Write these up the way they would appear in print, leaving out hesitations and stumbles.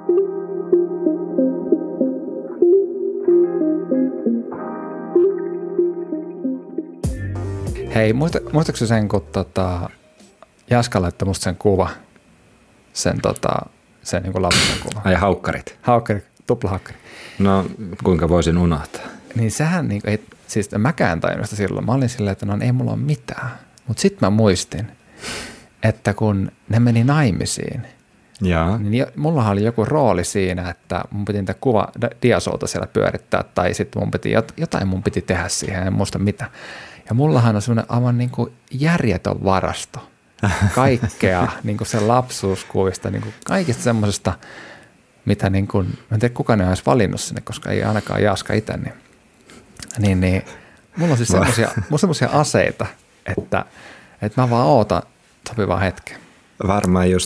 Hei, muistatko sen, kun Jaska laittoi musta sen kuva, sen niin kuin lapsen kuva? Ai haukkarit. Haukkari, tuplahaukkari. No, kuinka voisin unohtaa? Niin sehän, niin kuin, siis mäkään tajunnut sitä silloin. Mä olin silleen, että no ei mulla ole mitään. Mutta sitten mä muistin, että kun ne meni naimisiin, niin mullahan oli joku rooli siinä, että mun piti niitä diasolta siellä pyörittää, tai sitten jotain mun piti tehdä siihen, en muista mitä. Ja mullahan on semmoinen aivan niin kuin järjetön varasto. Kaikkea niin kuin sen lapsuuskuvista, niin kuin kaikista semmoisesta, mitä niin kuin, mä en tiedä kukaan ei olisi valinnut sinne, koska ei ainakaan Jaska itse, niin mulla on siis semmoisia aseita, että mä vaan ootan sopivaa hetkeä. Varmaan just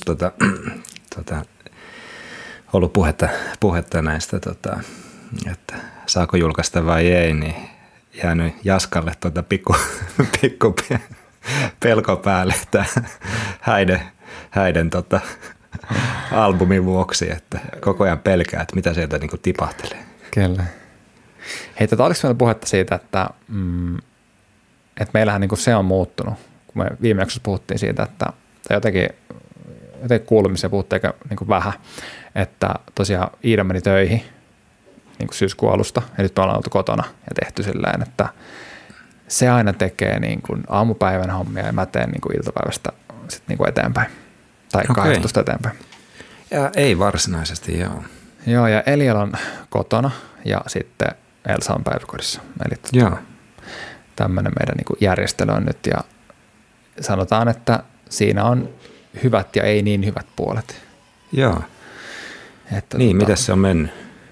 ollut puhetta näistä, että saako julkaista vai ei, niin jäänyt Jaskalle pikku pelko päälle tämä häiden albumin vuoksi, että koko ajan pelkää, että mitä sieltä niinku tipahtelee. Kyllä. Hei, oliko meillä puhetta siitä, että meillähän niinku se on muuttunut, kun me viime jaksossa puhuttiin siitä, että jotenkin kuulumisia puhuttiin niinku vähän, että tosiaan Iida meni töihin niin kuin syyskuun alusta, ja nyt me ollaan oltu kotona ja tehty silleen, että se aina tekee niin kuin aamupäivän hommia, ja mä teen niin kuin iltapäivästä sit niin kuin eteenpäin, tai 12 eteenpäin. Ja ei varsinaisesti, joo. Joo, ja Eliel on kotona, ja sitten Elsa on päiväkodissa. Eli tämmöinen meidän niin kuin järjestely on nyt, ja sanotaan, että siinä on hyvät ja ei niin hyvät puolet. Joo. Että niin, miten se on mennyt?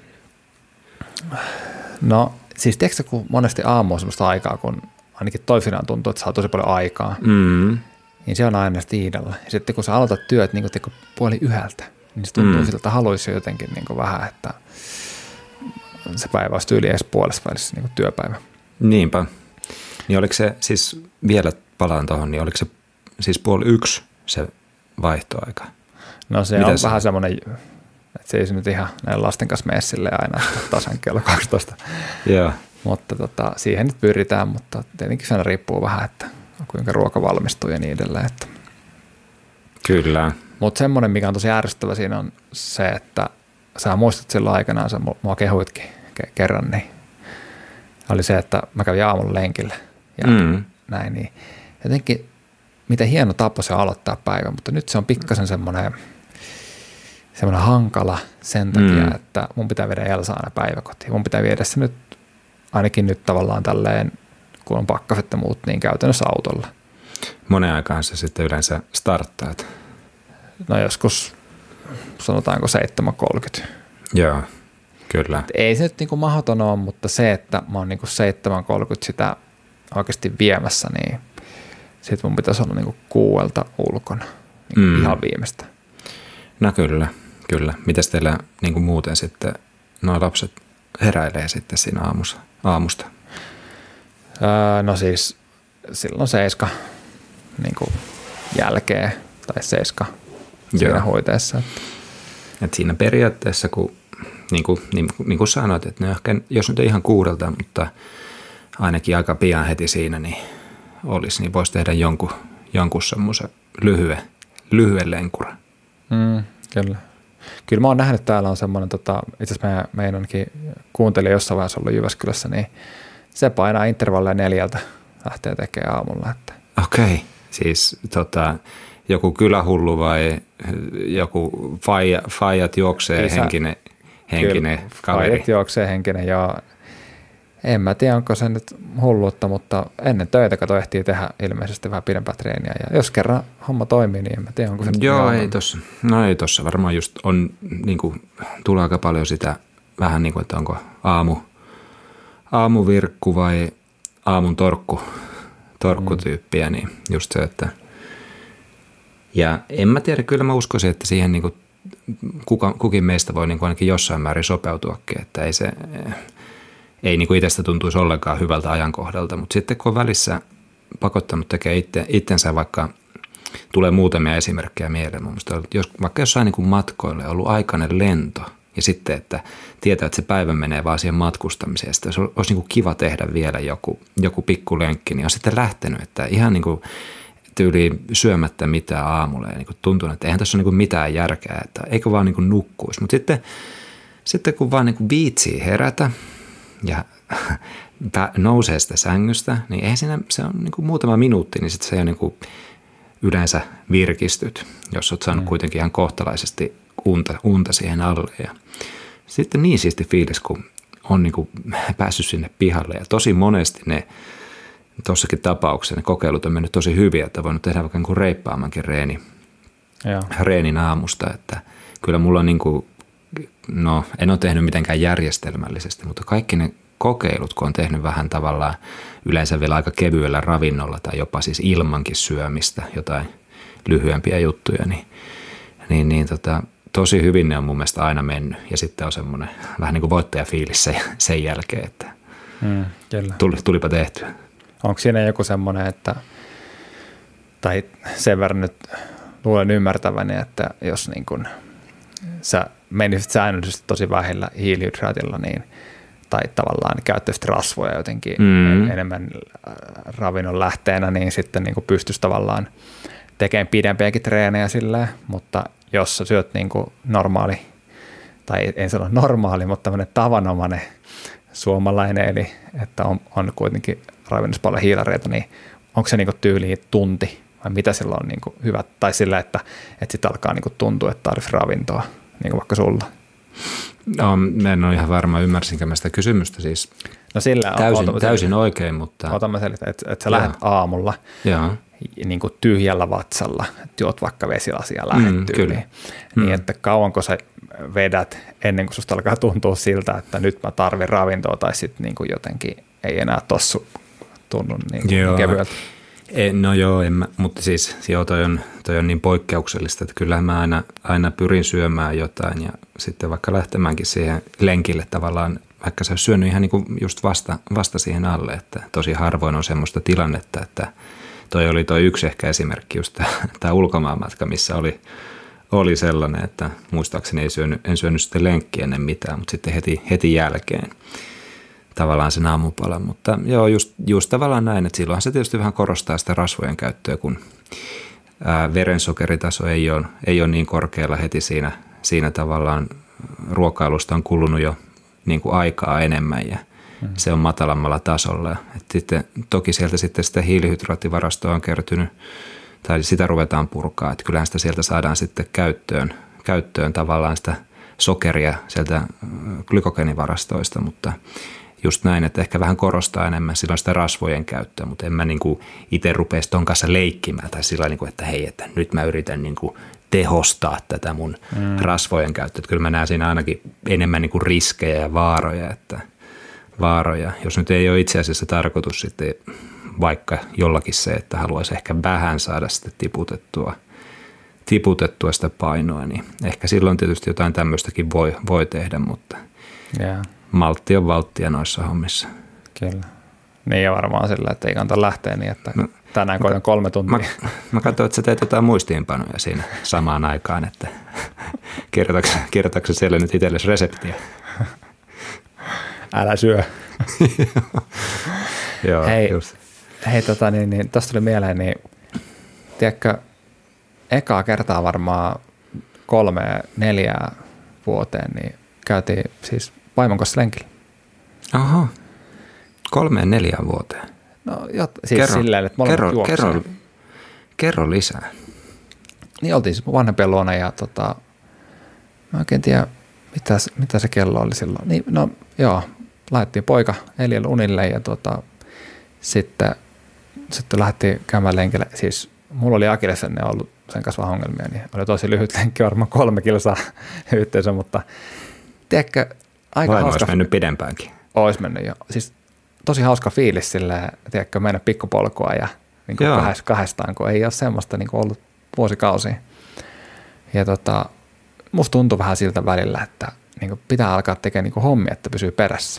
No siis tiedätkö, kun monesti aamu on semmoista aikaa, kun ainakin toisinaan tuntuu, että saa tosi paljon aikaa, niin se on aina Iidalla. Ja sitten kun sä aloitat työt niin kuin 12:30, niin se tuntuu siltä, että haluaisi jotenkin niin kuin vähän, että se päivä olisi tyyli edes puolessa välissä niin kuin työpäivä. Niinpä. Niin oliko se, siis vielä palaan tuohon, niin oliko se siis 12:30 se vaihtoaika? No se on vähän semmoinen, että se ei se nyt ihan näin lasten kanssa mene silleen aina tasan kello 12. Joo. Mutta siihen nyt pyritään, mutta tietenkin se riippuu vähän, että kuinka ruoka valmistuu ja niin edelleen. Että. Kyllä. Mutta semmoinen, mikä on tosi ärsyttävä siinä on se, että sä muistat silloin aikanaan, sä mua kehuitkin kerran, niin oli se, että mä kävin aamulla lenkillä ja näin, niin jotenkin miten hieno tapa se aloittaa päivä, mutta nyt se on pikkasen semmoinen hankala sen takia, että mun pitää viedä Elsa aina päiväkotiin. Mun pitää viedä se nyt, ainakin nyt tavallaan tälleen, kun on pakkaset ja muut, niin käytännössä autolla. Monen aikaan se sitten yleensä starttaat? No joskus sanotaanko 7:30. Joo, kyllä. Et ei se nyt niinku mahdoton ole, mutta se, että mä oon niinku 7:30 sitä oikeasti viemässä, niin sit mun pitäisi olla niinku 6:00 ulkona, niin ihan viimeistä. No kyllä. Mitäs teillä niin kuin muuten sitten nuo lapset heräilee sitten siinä aamusta? No siis silloin 7 niin kuin jälkeen tai 7 siinä hoiteessa. Et siinä periaatteessa, kun niin kuin sanoit, että ne ehkä, jos nyt ei ihan 6, mutta ainakin aika pian heti siinä niin olisi, niin voisi tehdä jonkun semmoisen lyhyen lenkuran. Kyllä. Kyllä mä oon nähnyt, että täällä on semmoinen, itse asiassa meidänkin kuuntelija jossain vaiheessa ollut Jyväskylässä, niin se painaa intervalleja 4, lähtee tekemään aamulla. Että. Okei, siis joku kylähullu vai joku faijat juoksee henkinen kaveri? Faijat juoksee henkinen, joo. En mä tiedä, onko se nyt hulluutta, mutta ennen töitä ehtii tehdä ilmeisesti vähän pidempää treeniä. Ja jos kerran homma toimii, niin en mä tiedä, onko se nyt. Joo, ei tossa varmaan just on, niin kuin, tulee aika paljon sitä vähän niin kuin, että onko aamuvirkku vai aamun torkkutyyppiä, niin just se, että ja en mä tiedä, kyllä mä uskoisin, että siihen niin kuin kukin meistä voi niin kuin ainakin jossain määrin sopeutuakin, että ei niin kuin itsestä tuntuisi ollenkaan hyvältä ajankohdalta, mutta sitten kun on välissä pakottanut tekemään itsensä vaikka tulee muutamia esimerkkejä mieleen. Mun mielestä, vaikka jossain niin kuin matkoille on ollut aikainen lento ja sitten, että tietää, että se päivä menee vaan siihen matkustamiseen. Sitten olisi niin kuin kiva tehdä vielä joku pikkulenkki, niin on sitten lähtenyt, että ihan niin kuin tyyliin syömättä mitään aamulla. Ja niin kuin tuntuu, että eihän tässä ole niin kuin mitään järkeä, että eikö vaan niin kuin nukkuisi. Mutta sitten kun vaan niin kuin viitsii herätä ja nousee sitä sängystä, niin eihän siinä, se on niin kuin muutama minuutti, niin sitten se on niin kuin yleensä virkistyt, jos olet saanut kuitenkin ihan kohtalaisesti unta siihen alle. Ja sitten niin siisti fiilis, kun on niin kuin päässyt sinne pihalle ja tosi monesti ne tuossakin tapauksessa ne kokeilut on mennyt tosi hyviä, että voinut tehdä vaikka niin kuin reippaamankin reenin aamusta, että kyllä mulla on niin kuin, no en ole tehnyt mitenkään järjestelmällisesti, mutta kaikki ne kokeilut, kun on tehnyt vähän tavallaan yleensä vielä aika kevyellä ravinnolla tai jopa siis ilmankin syömistä, jotain lyhyempiä juttuja, niin tosi hyvin ne on mun mielestä aina mennyt. Ja sitten on semmoinen vähän niin kuin voittajafiilis sen jälkeen, että tulipa tehtyä. Onko siinä joku semmoinen, että, tai sen verran nyt luulen ymmärtäväni, että jos niin kun sä menisit säännöllisesti tosi vähillä hiilihydraatilla, niin tai tavallaan käyttäisit rasvoja jotenkin enemmän ravinnon lähteenä, niin sitten niin kuin pystyisi tavallaan tekemään pidempiäkin treenejä silleen, mutta jos sä syöt niin kuin normaali, tai en sano normaali, mutta tämmöinen tavanomainen suomalainen, eli että on kuitenkin ravinnossa paljon hiilareita, niin onko se niin kuin tyyliin tunti, vai mitä sillä on niin kuin hyvä, tai sillä, että sitten alkaa niin kuin tuntua, että tarvitsisi ravintoa, niin kuin vaikka sulla? No, en ole ihan varma, ymmärsinkö mä sitä kysymystä siis no sillä täysin oikein, mutta... Otamme selitä, että sä lähdet aamulla niin kuin tyhjällä vatsalla, että juot vaikka vesilasia ja lähdet tyyliin. Niin, että kauanko sä vedät ennen kuin susta alkaa tuntua siltä, että nyt mä tarvin ravintoa tai sitten niin kuin jotenkin ei enää tossu tunnu niin kevyeltä. No joo, mutta siis toi on niin poikkeuksellista, että kyllähän mä aina pyrin syömään jotain ja sitten vaikka lähtemäänkin siihen lenkille tavallaan, vaikka sä ois syönyt ihan niin kuin just vasta siihen alle, että tosi harvoin on semmoista tilannetta, että toi yksi ehkä esimerkki just tämä ulkomaanmatka, missä oli sellainen, että muistaakseni en syönyt sitten lenkkiä ennen mitään, mutta sitten heti jälkeen tavallaan sen aamupalan, mutta joo, just tavallaan näin, että silloinhan se tietysti vähän korostaa sitä rasvojen käyttöä, kun verensokeritaso ei ole niin korkealla heti siinä tavallaan ruokailusta on kulunut jo niin kuin aikaa enemmän ja se on matalammalla tasolla. Et sitten, toki sieltä sitten sitä hiilihydraattivarastoa on kertynyt tai sitä ruvetaan purkaa, että kyllähän sitä sieltä saadaan sitten käyttöön tavallaan sitä sokeria sieltä glykogeenivarastoista, mutta just näin, että ehkä vähän korostaa enemmän silloin sitä rasvojen käyttöä, mutta en mä niin kuin itse rupeisi ton kanssa leikkimään tai sillä niin kuin, että hei, että nyt mä yritän niin kuin tehostaa tätä mun rasvojen käyttöä. Että kyllä mä näen siinä ainakin enemmän niin kuin riskejä ja vaaroja. Jos nyt ei ole itse asiassa tarkoitus sitten vaikka jollakin se, että haluaisi ehkä vähän saada sitten tiputettua sitä painoa, niin ehkä silloin tietysti jotain tämmöistäkin voi tehdä, mutta maltti on valttia noissa hommissa. Kyllä. Niin ja varmaan sillä, että ei kannata lähteä niin, että tänään koitan 3 tuntia. Mä katsoin, että sä teet jotain muistiinpanoja siinä samaan aikaan, että kirjoitatko siellä nyt itsellesi reseptiä? Älä syö. Joo, hei, tosta tuli mieleen, niin tiedätkö, ekaa kertaa varmaan 3-4 vuoteen, niin käytiin siis vaimon kanssa lenkillä. Aha, 3-4 vuoteen. No siis silleen, että molemmat juoksee. Kerro lisää. Niin oltiin siis vanhempien luona ja mä oikein tiedä, mitä se kello oli silloin. Niin, no joo, laitettiin poika Eliel unille ja sitten lähdettiin käymään lenkille. Siis mulla oli akillesjänne ollut sen kanssa vähän ongelmia, niin oli tosi lyhyt lenkki, varmaan 3 kilsaa yhteensä, mutta tiedätkö, aika hauska. Olisi mennyt pidempäänkin. Olisi mennyt jo. Siis tosi hauska fiilis silleen, tiedätkö, mennä pikkupolkua ja niin kuin kahdestaan, kun ei ole semmoista niin kuin ollut vuosikausia. Ja musta tuntui vähän siltä välillä, että niin kuin pitää alkaa tekemään niin kuin hommia, että pysyy perässä.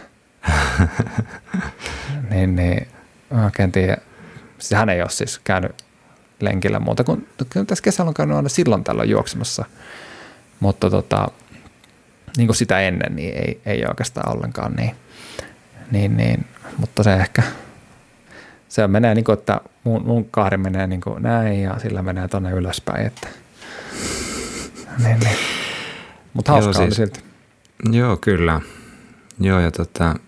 niin mä oikein tiedä. Hän ei ole siis käynyt lenkillä muuta, kun tässä kesällä on käynyt aina silloin tällöin juoksemassa, mutta niin kuin sitä ennen, niin ei oikeastaan ollenkaan niin, mutta se ehkä, se menee niin kuin, että mun kaari menee niin kuin näin ja sillä menee tonne ylöspäin, että niin. Mutta hauskaa oli silti. Joo, kyllä. Joo, ja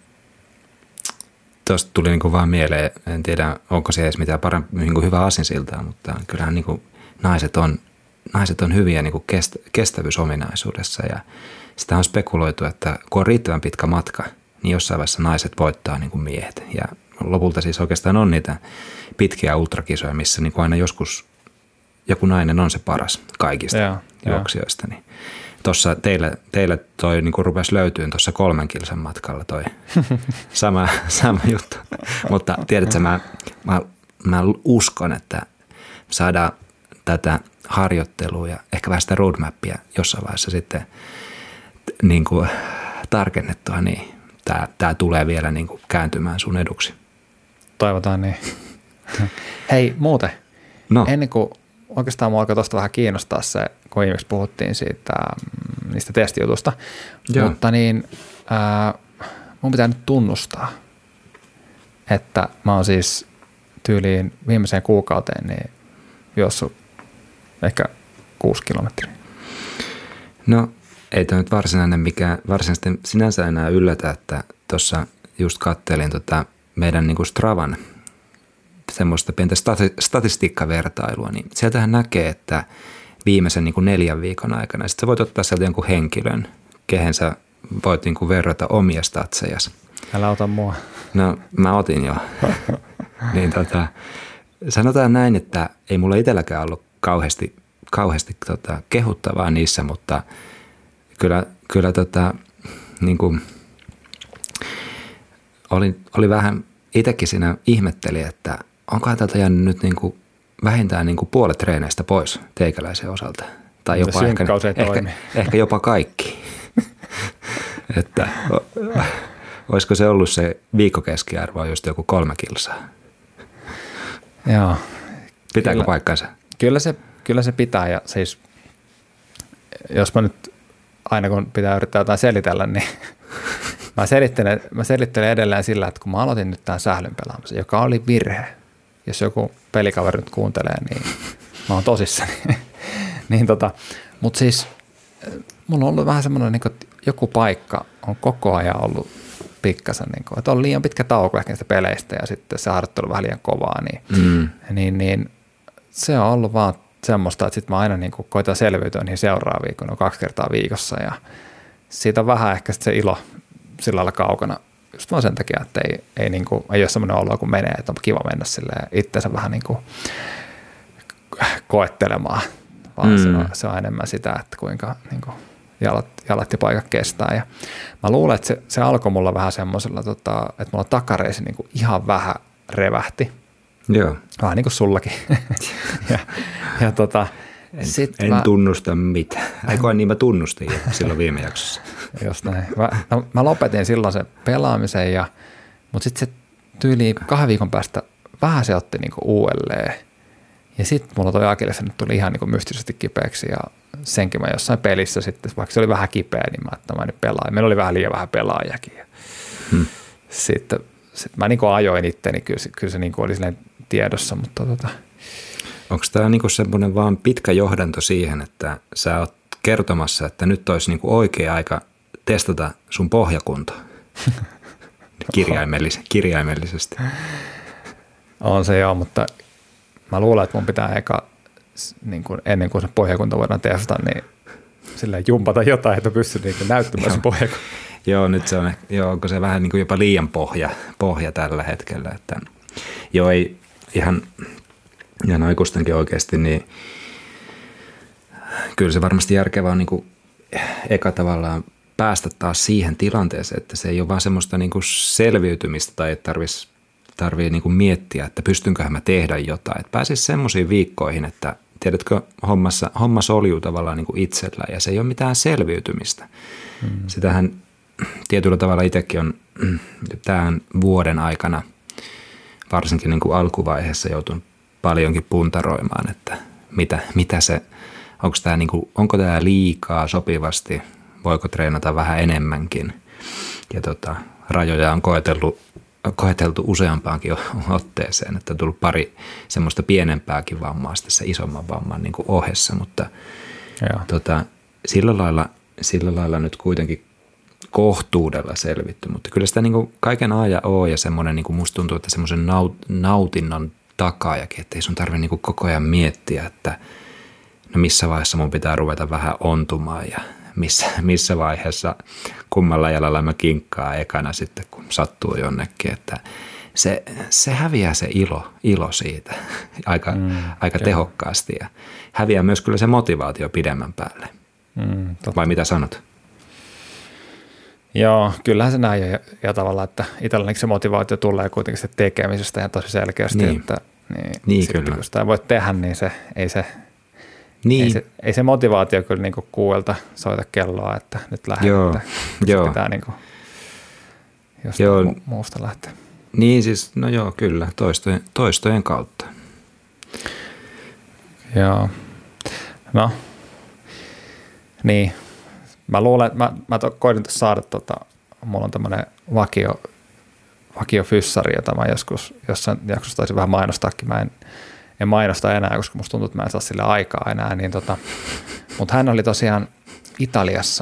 tuosta tuli niin kuin vaan mieleen, en tiedä onko se edes mitään parempi, niin kuin hyvä aasinsiltaa, mutta kyllähän niin kuin naiset on hyviä niin kuin kestävyysominaisuudessa ja sitä on spekuloitu, että kun on riittävän pitkä matka, niin jossain vaiheessa naiset voittaa niin kuin miehet. Ja lopulta siis oikeastaan on niitä pitkiä ultrakisoja, missä niin kuin aina joskus joku nainen on se paras kaikista juoksijoista. Niin tuossa teille toi niin kuin rupesi löytyyn tuossa 3 kilsan matkalla toi sama juttu. Mutta tiedätkö, mä uskon, että saadaan tätä harjoittelua ja ehkä vähän sitä roadmappia jossain vaiheessa sitten niin kuin tarkennettua, niin tämä tulee vielä niin kuin kääntymään sun eduksi. Toivotaan niin. Hei, muuten. No. Ennen kuin oikeastaan mua alkoi tuosta vähän kiinnostaa se, kun viimeksi puhuttiin siitä, niistä testijutusta, mutta mun pitää nyt tunnustaa, että mä oon siis tyyliin viimeiseen kuukauteen niin juossut ehkä 6 kilometriä. No, ei tämä nyt varsinaisesti sinänsä enää yllätä, että tuossa just kattelin meidän niin kuin Stravan semmoista pientä statistiikkavertailua, niin sieltähän näkee, että viimeisen niin kuin 4 viikon aikana, sitten sä voit ottaa sieltä jonkun henkilön, kehen sä voit niin kuin verrata omia statsejasi. Älä ota mua. No, mä otin jo. Niin sanotaan näin, että ei mulla itselläkään ollut kauheasti kehuttavaa niissä, mutta kyllä niin kuin oli vähän itsekin siinä ihmetteli, että onkohan tältä jäänyt nyt niin kuin vähintään niin kuin puolet treeneistä pois teikäläisen osalta. Tai jopa ehkä jopa kaikki. Että olisiko se ollut se viikkokeskiarvo just joku 3 kilsaa? Joo. Pitääkö paikkansa? Kyllä se pitää, ja siis jos mä nyt aina kun pitää yrittää jotain selitellä, niin mä selittelen edelleen sillä, että kun mä aloitin nyt tämän sählyn pelaamisen, joka oli virhe, jos joku pelikaveri nyt kuuntelee, niin mä oon tosissani. Mutta siis mulla on ollut vähän semmoinen, että joku paikka on koko ajan ollut pikkasen, että on liian pitkä tauko ehkä niistä peleistä ja sitten se harjoittelu vähän liian kovaa, niin se on ollut vaan semmoista, että sitten mä aina koitan selviytyä niihin seuraaviin, kun on 2 kertaa viikossa ja siitä on vähän ehkä se ilo sillä lailla kaukana just vaan sen takia, että ei ole semmoinen olo, kun menee, että on kiva mennä silleen itsensä vähän koettelemaan, vaan se on enemmän sitä, että kuinka jalat ja paikat kestää. Ja mä luulen, että se alkoi mulla vähän semmoisella, että mulla takareisi ihan vähän revähti. Joo. Vähän niin kuin sullakin. En tunnusta mitään. Eiköhän niin mä tunnustin silloin viime jaksossa. Just näin. Mä lopetin silloin sen pelaamisen, mutta sitten se tyyli 2 viikon päästä vähän se otti uudelleen. Ja sitten mulla toi akilles nyt tuli ihan mystisesti kipeäksi ja senkin mä jossain pelissä sitten, vaikka se oli vähän kipeä, niin mä nyt pelaan. Meillä oli vähän liian vähän pelaajakin. Sitten mä ajoin itteni, kyllä se oli silleen tiedossa, mutta Onko tämä semmoinen vaan pitkä johdanto siihen, että sä oot kertomassa, että nyt olisi oikea aika testata sun pohjakunto kirjaimellisesti? On se joo, mutta mä luulen, että mun pitää ennen kuin se pohjakunta voidaan testata, niin silleen jumpata jotain, että pystyy näyttämään sen pohjakunta. Joo, nyt se on, onko se vähän jopa liian pohja tällä hetkellä, että joo, ei ihan aikuistenkin oikeasti, niin kyllä se varmasti järkevää on eka tavallaan päästä taas siihen tilanteeseen, että se ei ole vaan semmoista selviytymistä tai että tarvii miettiä, että pystynköhän mä tehdä jotain. Että pääsisi semmoisiin viikkoihin, että tiedätkö, homma soljuu tavallaan itsellä ja se ei ole mitään selviytymistä. Sitähän tietyllä tavalla itsekin on tämän vuoden aikana varsinkin alkuvaiheessa joutunut paljonkin puntaroimaan, että mitä se, onko tämä liikaa sopivasti, voiko treenata vähän enemmänkin. Ja rajoja on koeteltu useampaankin otteeseen, että on tullut pari semmoista pienempääkin vammaa tässä isomman vamman niin kuin ohessa, mutta sillä lailla nyt kuitenkin kohtuudella selvitty, mutta kyllä sitä niin kuin kaiken A ja O ja semmoinen, niin kuin musta tuntuu, että semmoisen nautinnon takaajakin, että ei sun tarvitse niin kuin koko ajan miettiä, että no missä vaiheessa mun pitää ruveta vähän ontumaan ja missä vaiheessa kummalla jalalla mä kinkkaan ekana sitten, kun sattuu jonnekin, että se häviää se ilo siitä aika tehokkaasti ja häviää myös kyllä se motivaatio pidemmän päälle. Vai mitä sanot? Joo, kyllähän se näin ja tavallaan, että itselläni se motivaatio tulee kuitenkin se tekemisestä ja tosi selkeästi, että kyllä. Kun sitä voi tehdä, niin ei se motivaatio kyllä niin kuuelta soita kelloa, että nyt lähdetään. Joo. Pitää niin jostain muusta lähteä. Niin siis, no joo, kyllä, toistojen kautta. Joo, no, niin. Mä luulen, että mä koitin tuossa saada, mulla on tämmöinen vakiofyssari, jota mä joskus jossain jaksossa taisin vähän mainostaakin. Mä en mainosta enää, koska musta tuntuu, että mä en saa sille aikaa enää. Niin mutta hän oli tosiaan Italiassa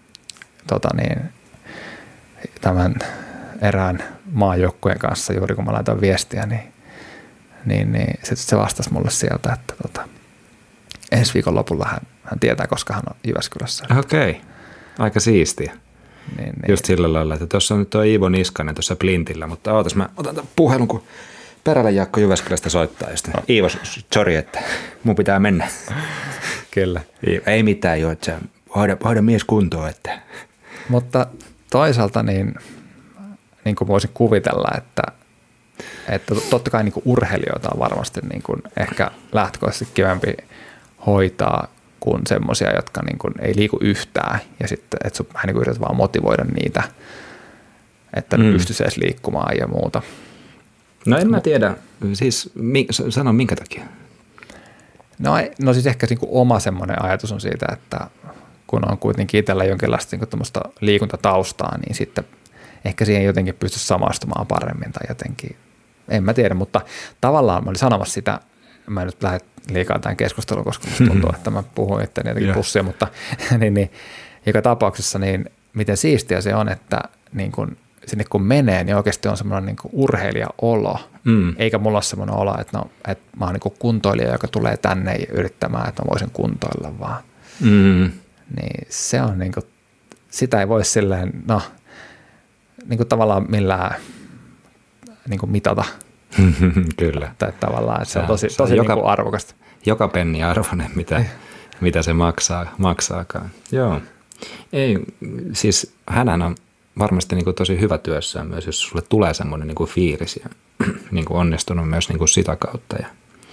tämän erään maajoukkueen kanssa, juuri kun mä laitoin viestiä, niin se vastasi mulle sieltä, että ensi viikon lopulla hän tietää, koska hän on Jyväskylässä. Okei, aika siistiä. Niin. Just sillä lailla, että tuossa on nyt tuo Iivo Niskanen tuossa Plintillä, mutta ootas mä otan tämän puhelun, kun Perälä Jaakko Jyväskylästä soittaa. Ja sitten, Iivo, sori, että mun pitää mennä. Kyllä. Ei mitään jo, että hoida mies kuntoon. Että. Mutta toisaalta niin kuin voisin kuvitella, että totta kai niin kuin urheilijoita on varmasti niin kuin ehkä lähtökohtaisesti kivempi hoitaa kuin semmoisia, jotka niin kuin ei liiku yhtään ja sitten, että sun vähän niin kuin yrität vaan motivoida niitä, että ne pystyisi edes liikkumaan ja muuta. No en mä tiedä, siis sano minkä takia? No siis ehkä niin kuin oma semmoinen ajatus on siitä, että kun on kuitenkin itsellä jonkinlaista niin kuin tämmöistä liikuntataustaa, niin sitten ehkä siihen jotenkin pystyisi samastumaan paremmin tai jotenkin, en mä tiedä, mutta tavallaan mä olin sanomassa sitä, mä en nyt lähde liikaa tämän keskustelun, koska musta tuntuu, että mä puhuin itseäni jotenkin pussia, mutta niin, joka tapauksessa niin miten siistiä se on, että niin kun sinne kun menee, niin oikeasti on semmoinen niin kuin urheilijaolo, eikä mulla ole semmoinen olo, että mä oon niin kuin kuntoilija, joka tulee tänne yrittämään, että mä voisin kuntoilla vaan. Niin se on niin kuin, sitä ei voi silleen, niin kuin tavallaan millään niin kuin mitata. Kyllä. Että tavallaan se on tosi niin kuin arvokasta. Joka penni arvoinen, mitä se maksaakaan. Joo. Ei, siis hänhän on varmasti niin kuin tosi hyvä työssään myös, jos sulle tulee semmoinen niin kuin fiilis ja niin kuin onnistunut myös niin kuin sitä kautta. Ja,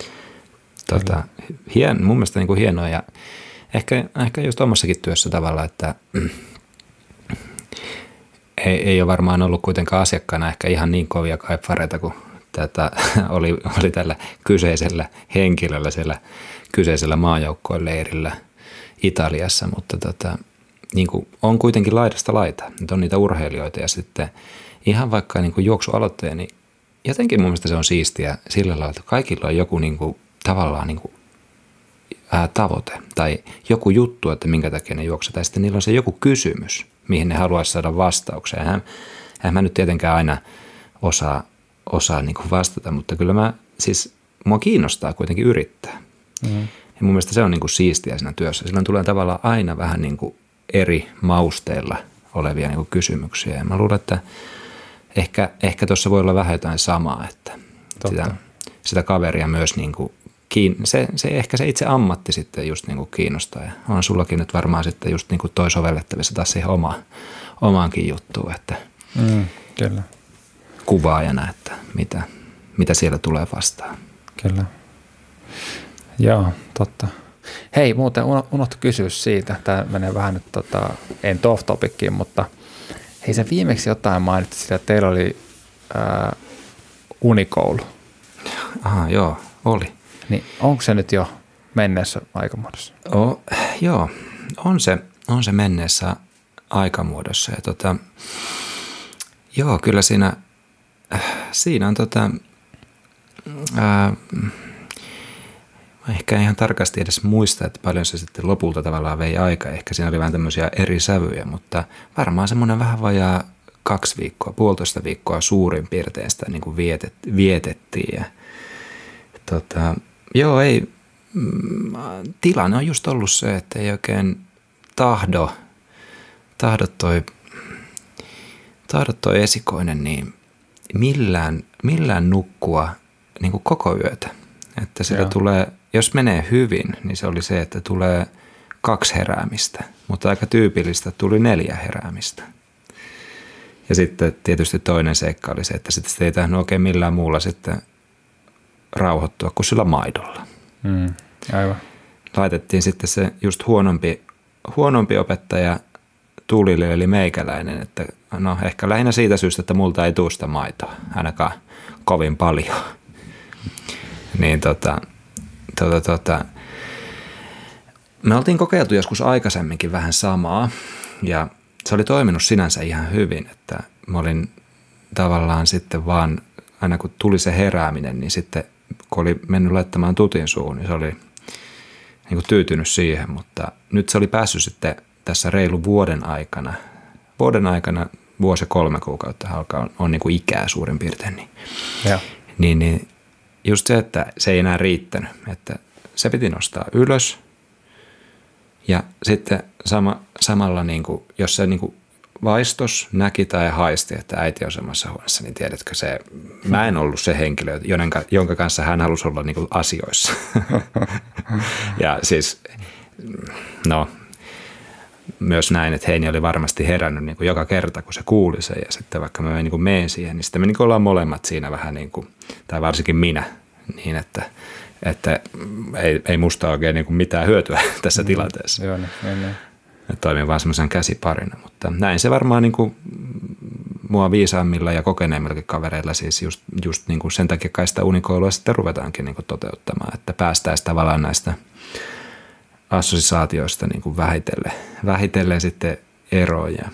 mun mielestä niin kuin hienoa ja ehkä just omassakin työssä tavalla, että ei ole varmaan ollut kuitenkaan asiakkaana ehkä ihan niin kovia kaipfareita kuin oli tällä kyseisellä henkilöllä siellä kyseisellä maajoukkojen leirillä Italiassa, mutta niin kuin on kuitenkin laidasta laita. Nyt on niitä urheilijoita ja sitten ihan vaikka niin kuin juoksualoitteja, niin jotenkin mun mielestä se on siistiä sillä lailla, että kaikilla on joku niin kuin, tavallaan niin kuin, tavoite tai joku juttu, että minkä takia ne juoksetaan. Ja sitten niillä on se joku kysymys, mihin ne haluaisi saada vastauksia. Eihän mä nyt tietenkään aina osaa niin kuin vastata, mutta kyllä mua kiinnostaa kuitenkin yrittää. Ja mun mielestä se on niin kuin siistiä siinä työssä. Silloin tulee tavallaan aina vähän niin kuin eri mausteilla olevia niin kuin kysymyksiä. Ja mä luulen, että ehkä tuossa voi olla vähän jotain samaa, että sitä kaveria myös niin kuin ehkä se itse ammatti sitten just niin kuin kiinnostaa. Ja on sullakin nyt varmaan sitten just niin kuin toi sovellettavissa taas siihen omaankin juttuun, että kyllä. Kuvaajana, että mitä siellä tulee vastaan. Kyllä. Joo, totta. Hei, muuten unohtu kysyä siitä. Tämä menee vähän nyt, en off topickiin, mutta hei, sä viimeksi jotain mainitsit siitä, että teillä oli unikoulu. Aha, joo. oli. Niin onko se nyt jo menneessä aikamuodossa? Joo, on se menneessä aikamuodossa. Ja joo, kyllä siinä on ehkä ihan tarkasti edes muista, että paljon se sitten lopulta tavallaan vei aikaa. Ehkä siinä oli vähän tämmöisiä eri sävyjä, mutta varmaan semmoinen vähän vajaa 2 viikkoa, 1,5 viikkoa suurin piirtein sitä niin kuin vietettiin. Ja, joo, ei, tilanne on just ollut se, että ei oikein tahdo toi esikoinen niin millään nukkua niin kuin koko yötä. Että sillä tulee, jos menee hyvin, niin se oli se, että tulee 2 heräämistä, mutta aika tyypillistä tuli 4 heräämistä. Ja sitten tietysti toinen seikka oli se, että sitten ei tahdo oikein millään muulla sitten rauhoittua kuin sillä maidolla. Aivan. Laitettiin sitten se just huonompi opettaja tulille, eli meikäläinen, että no ehkä lähinnä siitä syystä, että multa ei tule sitä maitoa, ainakaan kovin paljon. Niin me oltiin kokeiltu joskus aikaisemminkin vähän samaa ja se oli toiminut sinänsä ihan hyvin, että mä olin tavallaan sitten vaan, aina kun tuli se herääminen, niin sitten kun oli mennyt laittamaan tutin suuhun, niin se oli niin kuin tyytynyt siihen, mutta nyt se oli päässyt sitten tässä reilu vuoden aikana, vuosi 3 kuukautta alkaa on niin kuin ikää suurin piirtein, niin just se, että se ei enää riittänyt, että se piti nostaa ylös ja sitten samalla, niin kuin, jos se niin kuin vaistos näki tai haisti, että äiti on samassa huoneessa, niin tiedätkö se, mä en ollut se henkilö, jonka kanssa hän halusi olla niin kuin asioissa. Ja siis, no, myös näin, että Heini oli varmasti herännyt niin kuin joka kerta, kun se kuuli sen ja sitten vaikka me niin kuin meen siihen, niin sitten me niin kuin ollaan molemmat siinä vähän niin kuin, tai varsinkin minä, niin että ei musta oikein niin kuin mitään hyötyä tässä tilanteessa. Joo, niin. Toimin vaan semmoisen käsiparina, mutta näin se varmaan niin kuin mua viisaammilla ja kokeneemmillakin kavereilla siis just niin kuin sen takia kai sitä unikoilua sitten ruvetaankin niin kuin toteuttamaan, että päästäisiin tavallaan näistä assosiaatioista niin kuin vähitellen sitten eroon ja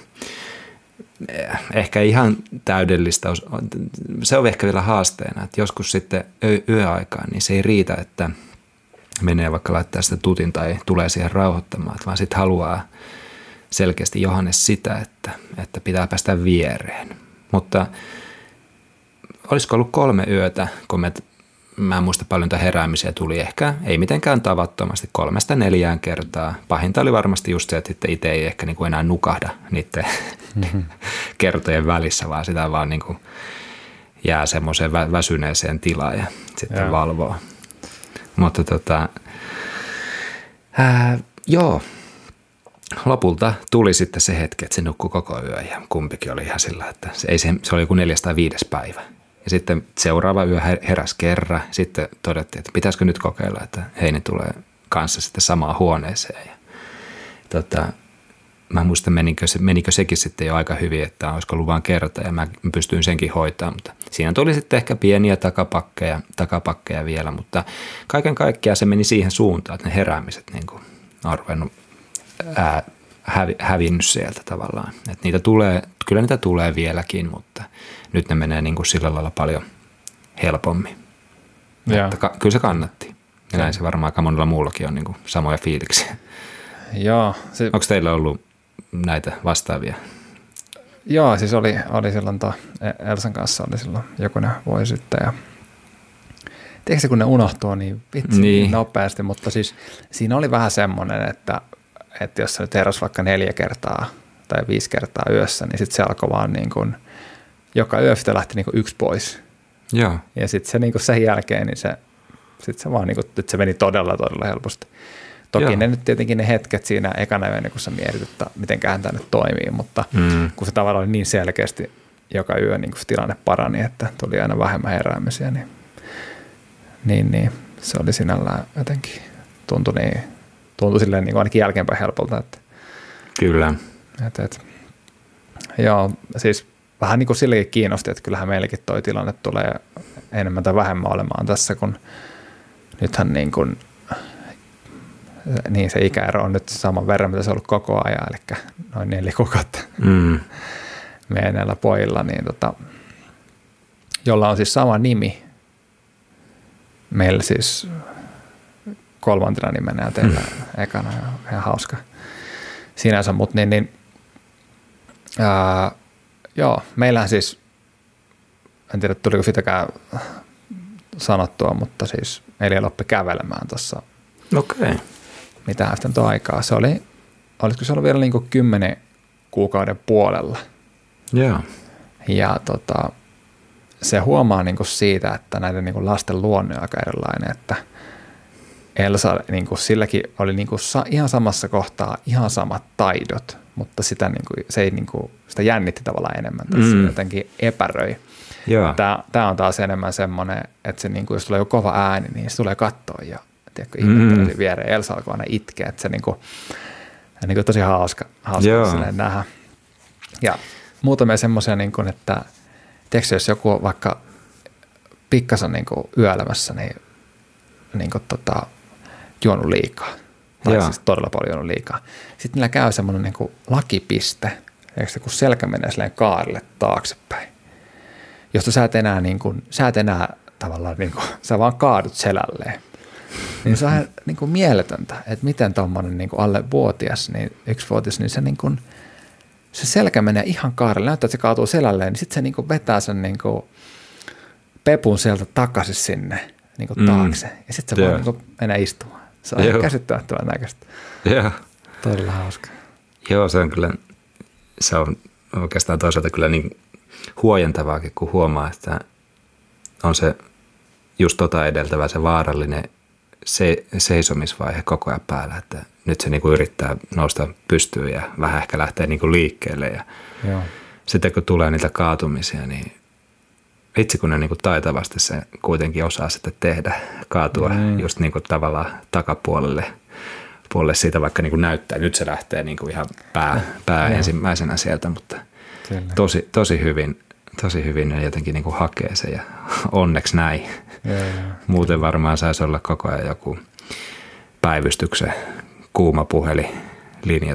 ehkä ihan täydellistä, se on ehkä vielä haasteena, että joskus sitten yöaikaan niin se ei riitä, että menee vaikka laittaa sitä tutin tai tulee siihen rauhoittamaan, vaan sitten haluaa selkeästi Johannes sitä, että pitää päästä viereen. Mutta olisiko ollut 3 yötä, kun mä en muista paljon heräämisiä tuli ehkä, ei mitenkään tavattomasti 3-4 kertaa. Pahinta oli varmasti just se, että itse ei ehkä niinku enää nukahda niiden kertojen välissä, vaan sitä vaan niinku jää semmoiseen väsyneeseen tilaan ja sitten valvoo. Mutta joo, lopulta tuli sitten se hetki, että se nukkui koko yön ja kumpikin oli ihan sillä, että se oli joku 4. tai 5. päivä. Ja sitten seuraava yö heräsi kerran. Sitten todettiin, että pitäisikö nyt kokeilla, että Heini tulee kanssa sitten samaan huoneeseen. Ja mä en muista, menikö sekin sitten jo aika hyvin, että olisiko ollut vain kerta ja mä pystyin senkin hoitamaan. Mutta siinä tuli sitten ehkä pieniä takapakkeja vielä, mutta kaiken kaikkiaan se meni siihen suuntaan, että ne heräämiset niin kuin on ruvennut hävinnyt sieltä tavallaan. Että kyllä niitä tulee vieläkin, mutta nyt ne menee niin kuin sillä lailla paljon helpommin. Että kyllä se kannatti. Ja näin se varmaan aika monella muullakin on niin kuin samoja fiiliksiä. Joo. Onko teillä ollut näitä vastaavia? Joo, siis oli silloin Elsan kanssa oli silloin jokunen vuosi sitten ja tiedätkö kun ne unohtuu niin vitsi nopeasti, mutta siis siinä oli vähän semmoinen, että jos se nyt heräsi vaikka 4 kertaa tai 5 kertaa yössä, niin sitten se alkoi vaan niin kuin, joka yö sitten lähti niin kuin 1 pois. Joo. Ja sitten se niin kuin sen jälkeen, niin se vaan niin kuin, että se meni todella helposti. Toki ne nyt tietenkin ne hetket siinä ekana yönä, kun sä mietit, että mitenköhän tämä nyt toimii, mutta kun se tavallaan oli niin selkeästi joka yö niin kuin se tilanne parani, että tuli aina vähemmän heräämisiä, niin se oli sinällään jotenkin tuntui silleen niin kuin ainakin jälkeenpäin helpolta. Että, kyllä. Joo, siis vähän niin kuin sillekin kiinnosti, että kyllähän meilläkin toi tilanne tulee enemmän tai vähemmän olemaan tässä, kun nythän niin kuin, niin se ikäero on nyt saman verran, mitä se on ollut koko ajan, eli noin 4 kuukautta meidän näillä pojilla, niin jolla on siis sama nimi. Meillä siis 3. nimenä ja teillä ekana, ihan hauska sinänsä, mutta joo, meillähän siis, en tiedä tuliko sitäkään sanottua, mutta siis Eliel oppi kävelemään tuossa. Okei. Mitähän sitten tuo aikaa. Olisiko se ollut vielä niin kuin 10 kuukauden puolella. Joo. Ja se huomaa niin kuin siitä, että näiden niin kuin lasten luonne on aika erilainen, että Elsa, niin kuin silläkin oli niin kuin ihan samassa kohtaa ihan samat taidot, mutta sitä, niin kuin, se ei, niin kuin, sitä jännitti tavallaan enemmän tässä, jotenkin epäröi. Tämä on taas enemmän semmoinen, että se, niin kuin, jos tulee jo kova ääni, niin se tulee kattoon ja ihmettelee viereen. Elsa alkoi aina itkeä, että se niin kuin tosi hauska nähdä. Ja muutamia semmoisia, niin kuin, että tiedätkö, jos joku on vaikka pikkasen niin kuin yöelämässä, niin kuin, juonut liikaa. Tai siis todella paljon juonut liikaa. Sitten niillä käy semmoinen niin kuin lakipiste, kun selkä menee silleen kaarille taaksepäin, josta sä et enää tavallaan, niin kuin, sä vaan kaadut selälleen. Niin se on niin kuin mieletöntä, että miten tommoinen niin kuin alle vuotias, niin 1-vuotias, niin se, niin kuin, se selkä menee ihan kaarille. Näyttää, että se kaatuu selälleen, niin sitten se niin kuin vetää sen niin kuin pepun sieltä takaisin sinne niin kuin taakse. Ja sitten se voi niin kuin enää istua. Se on ihan käsittämättömän näköistä. Joo. Todella hauska. Joo, se on oikeastaan toisaalta kyllä niin huojentavaakin, kun huomaa, että on se just edeltävä se vaarallinen seisomisvaihe koko ajan päällä, että nyt se niinku yrittää nousta pystyyn ja vähän ehkä lähtee niinku liikkeelle ja sitten kun tulee niitä kaatumisia, niin itse kun ne niinku taitavasti se kuitenkin osaa sitten tehdä, kaatua just niinku tavallaan takapuolelle siitä, vaikka niinku näyttää, nyt se lähtee niinku ihan pää ensimmäisenä sieltä, mutta tosi hyvin ne jotenkin niinku hakee se ja onneksi näin. Muuten varmaan saisi olla koko ajan joku päivystyksen kuuma puhelinlinja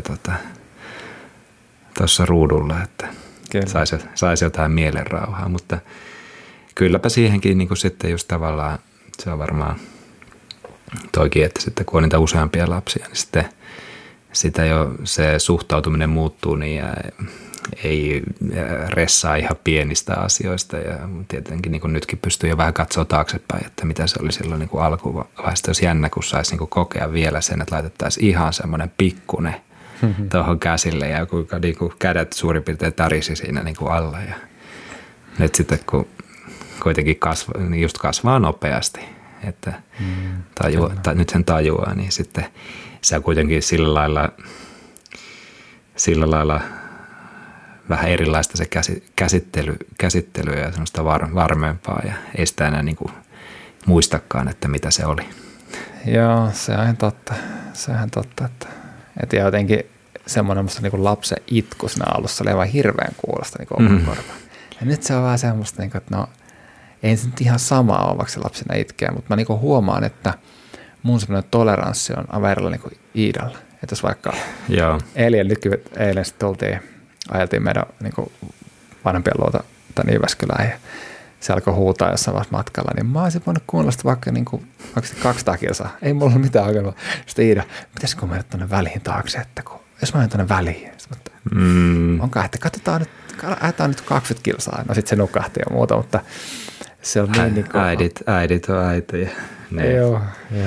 tuossa ruudulla, että saisi jotain mielenrauhaa, mutta kylläpä siihenkin niin kuin sitten just tavallaan se on varmaan toikin, että sitten kun on niitä useampia lapsia, niin sitten sitä jo se suhtautuminen muuttuu niin ja ei ressaa ihan pienistä asioista ja tietenkin niin kuin nytkin pystyy jo vähän katsoa taaksepäin, että mitä se oli silloin niin kuin alkuvaiheessa. Olisi jännä, kun saisi niin kuin kokea vielä sen, että laitettaisiin ihan semmoinen pikkunen tuohon käsille ja kuinka niin kuin kädet suurin piirtein tärisi siinä niin kuin alla. Ja nyt sitten kun kuitenkin kasvaa nopeasti, että nyt sen tajuaa, niin sitten se on kuitenkin sillä lailla vähän erilaista se käsittely ja semmoista varmempaa ja ei sitä enää niin kuin muistakaan, että mitä se oli. Joo, se on ihan totta. Että jotenkin semmoinen musta niin kuin lapsen itku siinä alussa oli aivan hirveän kuulosta niin oman korvaan. Ja nyt se on vähän semmoista, niin kuin, että no ei se nyt ihan sama ole, vaikka se lapsena itkee, mutta mä niin kuin huomaan, että mun semmoinen toleranssi on aivan erilainen niin kuin Iidalla. Että jos vaikka eilen sitten ajeltiin meidän niin kuin vanhempien luota tänne Jyväskylään ja se alkoi huutaa jossain vaiheessa matkalla, niin mä olisin voinut kuunnella sitä vaikka, niin kuin, vaikka 200 kilsaa. Ei mulla ole mitään ongelmaa. Sitten Iida, pitäisikö mennä tuonne väliin taakse, että jos mä menen tuonne väliin. Onkaan, että ajetaan nyt 20 kilsaa. No sitten se nukahti ja muuta, mutta se on niin kuin... Äidit on äitejä. Joo.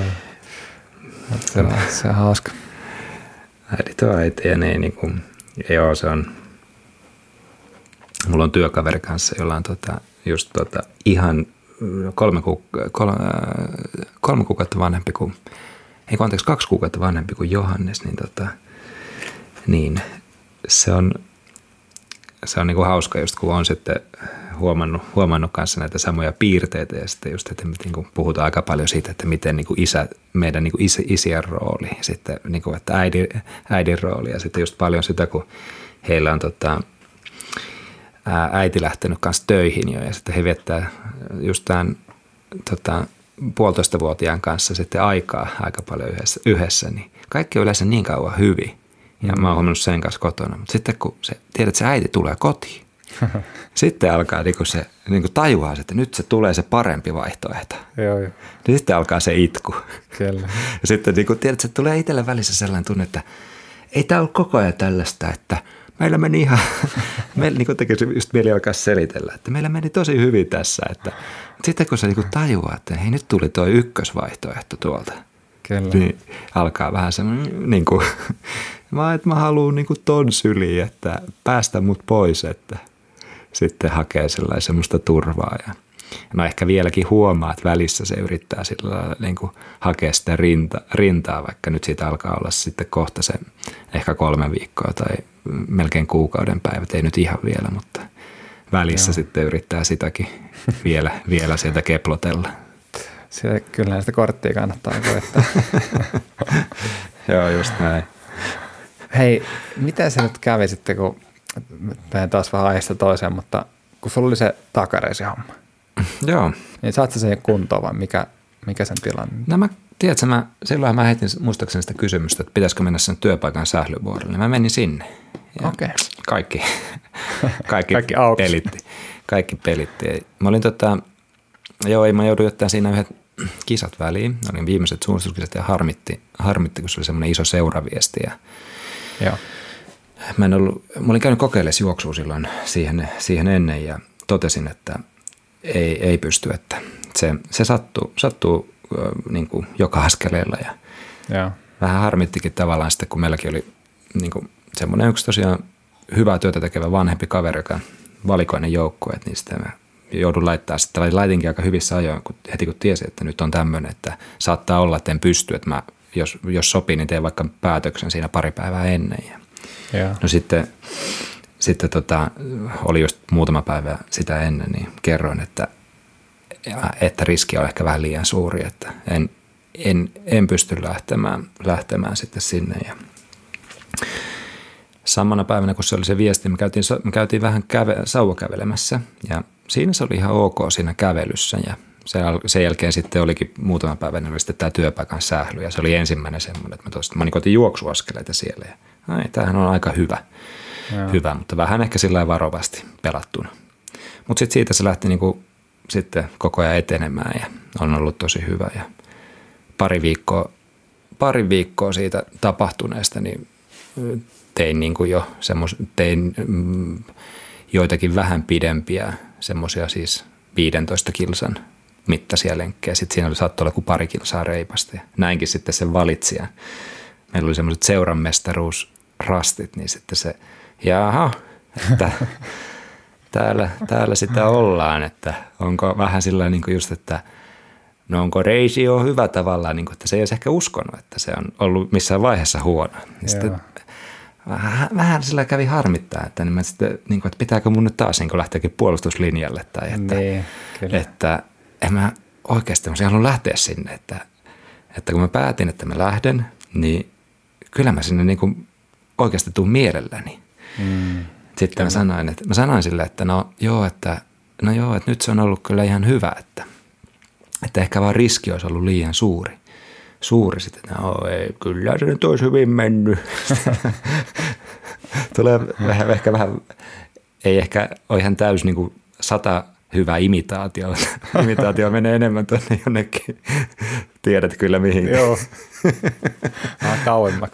Se on hauska. Äidit on äitejä, ne niin kuin... Joo, se on. Mulla on työkaveri kanssa, jolla on ihan 3 kuukautta vanhempi kuin, 2 kuukautta vanhempi kuin Johannes, niin se on niin kuin hauska just, kun on sitten huomannut kanssa näitä samoja piirteitä ja sitten just, että niin kuin puhutaan aika paljon siitä, että miten niin kuin meidän niin kuin isien rooli, sitten niin kuin, että äidin rooli ja sitten just paljon sitä, kun heillä on äiti lähtenyt kanssa töihin jo ja sitten he viettää just tämän 1,5-vuotiaan kanssa sitten aikaa aika paljon yhdessä, niin kaikki on yleensä niin kauan hyvin. Ja mä oon huomannut sen kanssa kotona. Mutta sitten kun tiedät, että se äiti tulee kotiin, sitten alkaa se tajuaa, että nyt se tulee se parempi vaihtoehto. Joo. Niin sitten alkaa se itku. Kyllä. Ja sitten tiedät, että se tulee itselle välissä sellainen tunne, että ei tämä ole koko ajan tällaista, että meillä meni ihan, meillä tekisi just mieli alkaa selitellä, että meillä meni tosi hyvin tässä. Että sitten kun se tajuaa, että hei nyt tuli tuo ykkösvaihtoehto tuolta, Kyllä. niin alkaa vähän semmoinen, niin kuin, mä haluan niin kuin ton syliin, että päästä mut pois, että sitten hakee semmoista turvaa. Ja no ehkä vieläkin huomaa, että välissä se yrittää sillä niin kuin hakea sitä rintaa, vaikka nyt siitä alkaa olla sitten kohta se ehkä 3 viikkoa tai melkein kuukauden päivät, ei nyt ihan vielä, mutta välissä sitten yrittää sitäkin vielä sieltä keplotella. Kyllähän sitä korttia kannattaa koettaa. Joo, just näin. Hei, miten se nyt kävi sitten, kun menen taas vähän aiheesta toiseen, mutta kun sulla oli se takareisihomma, joo. Niin saat sä sen kuntoon vai mikä sen tilanne? No silloin mä heitin muistaakseni sitä kysymystä, että pitäisikö mennä sen työpaikan sählyvuorolle. Mä menin sinne. Okei. Kaikki pelitti. Kaikki pelitti. Mä olin mä jouduin jättämään siinä yhdet kisat väliin. Olin viimeiset suunnistuskisat ja harmitti, kun se oli semmoinen iso seuraviesti. Joo. Mä olin käynyt kokeilemaan juoksua silloin siihen ennen ja totesin, että ei pysty, että se sattuu niin kuin joka askeleella ja vähän harmittikin tavallaan sitten, kun meilläkin oli niin kuin semmoinen yksi tosiaan hyvää työtä tekevä vanhempi kaveri, joka valikoinen joukkue, että niistä mä joudun laitinkin aika hyvissä ajoin, heti kun tiesin, että nyt on tämmöinen, että saattaa olla, että en pysty, että mä, jos sopii, niin teen vaikka päätöksen siinä pari päivää ennen. No sitten oli just muutama päivä sitä ennen, niin kerroin, että riski on ehkä vähän liian suuri, että en pysty lähtemään sitten sinne. Ja samana päivänä, kun se oli se viesti, me käytiin vähän sauvakävelemässä ja siinä se oli ihan ok siinä kävelyssä ja sen jälkeen sitten olikin muutama päivänä oli sitten tämä työpaikan sähly ja se oli ensimmäinen semmoinen, että mä otin juoksuaskeleita siellä ja tämähän on aika hyvä, mutta vähän ehkä sillä varovasti pelattuna. Mutta sitten siitä se lähti niinku sitten koko ajan etenemään ja on ollut tosi hyvä ja pari viikkoa siitä tapahtuneesta niin tein niinku tein joitakin vähän pidempiä semmoisia siis 15 kilsan mittaisia lenkkejä. Sitten siinä saattoi olla kuin 2 kilsaa reipasta ja näinkin sitten sen valitsi ja meillä oli semmoiset seuranmestaruusrastit, niin sitten se jaha, että täällä sitä ollaan, että onko vähän sillä niin kuin just, että no onko reisi jo hyvä tavallaan, niin kuin, että se ei olisi ehkä uskonut, että se on ollut missään vaiheessa huono. Niin sitten vähän sillä kävi harmittaa, että, niin sitten, niin kuin, että pitääkö mun nyt taas niin lähteäkin puolustuslinjalle tai että en mä oikeasti halunnut lähteä sinne, että kun mä päätin, että mä lähden, niin kyllä mä sinne niin kuin oikeasti tuun mielelläni. Sitten mä sanoin sille, että no joo, että nyt se on ollut kyllä ihan hyvä, että ehkä vaan riski olisi ollut liian suuri sitten, ei, kyllä se nyt olisi hyvin mennyt. Tulee ehkä vähän, ei ehkä ole ihan täysin niin kuin 100 hyvää imitaatio. Imitaatio menee enemmän tuonne jonnekin. Tiedät kyllä mihin. Joo. Kauemmaksi.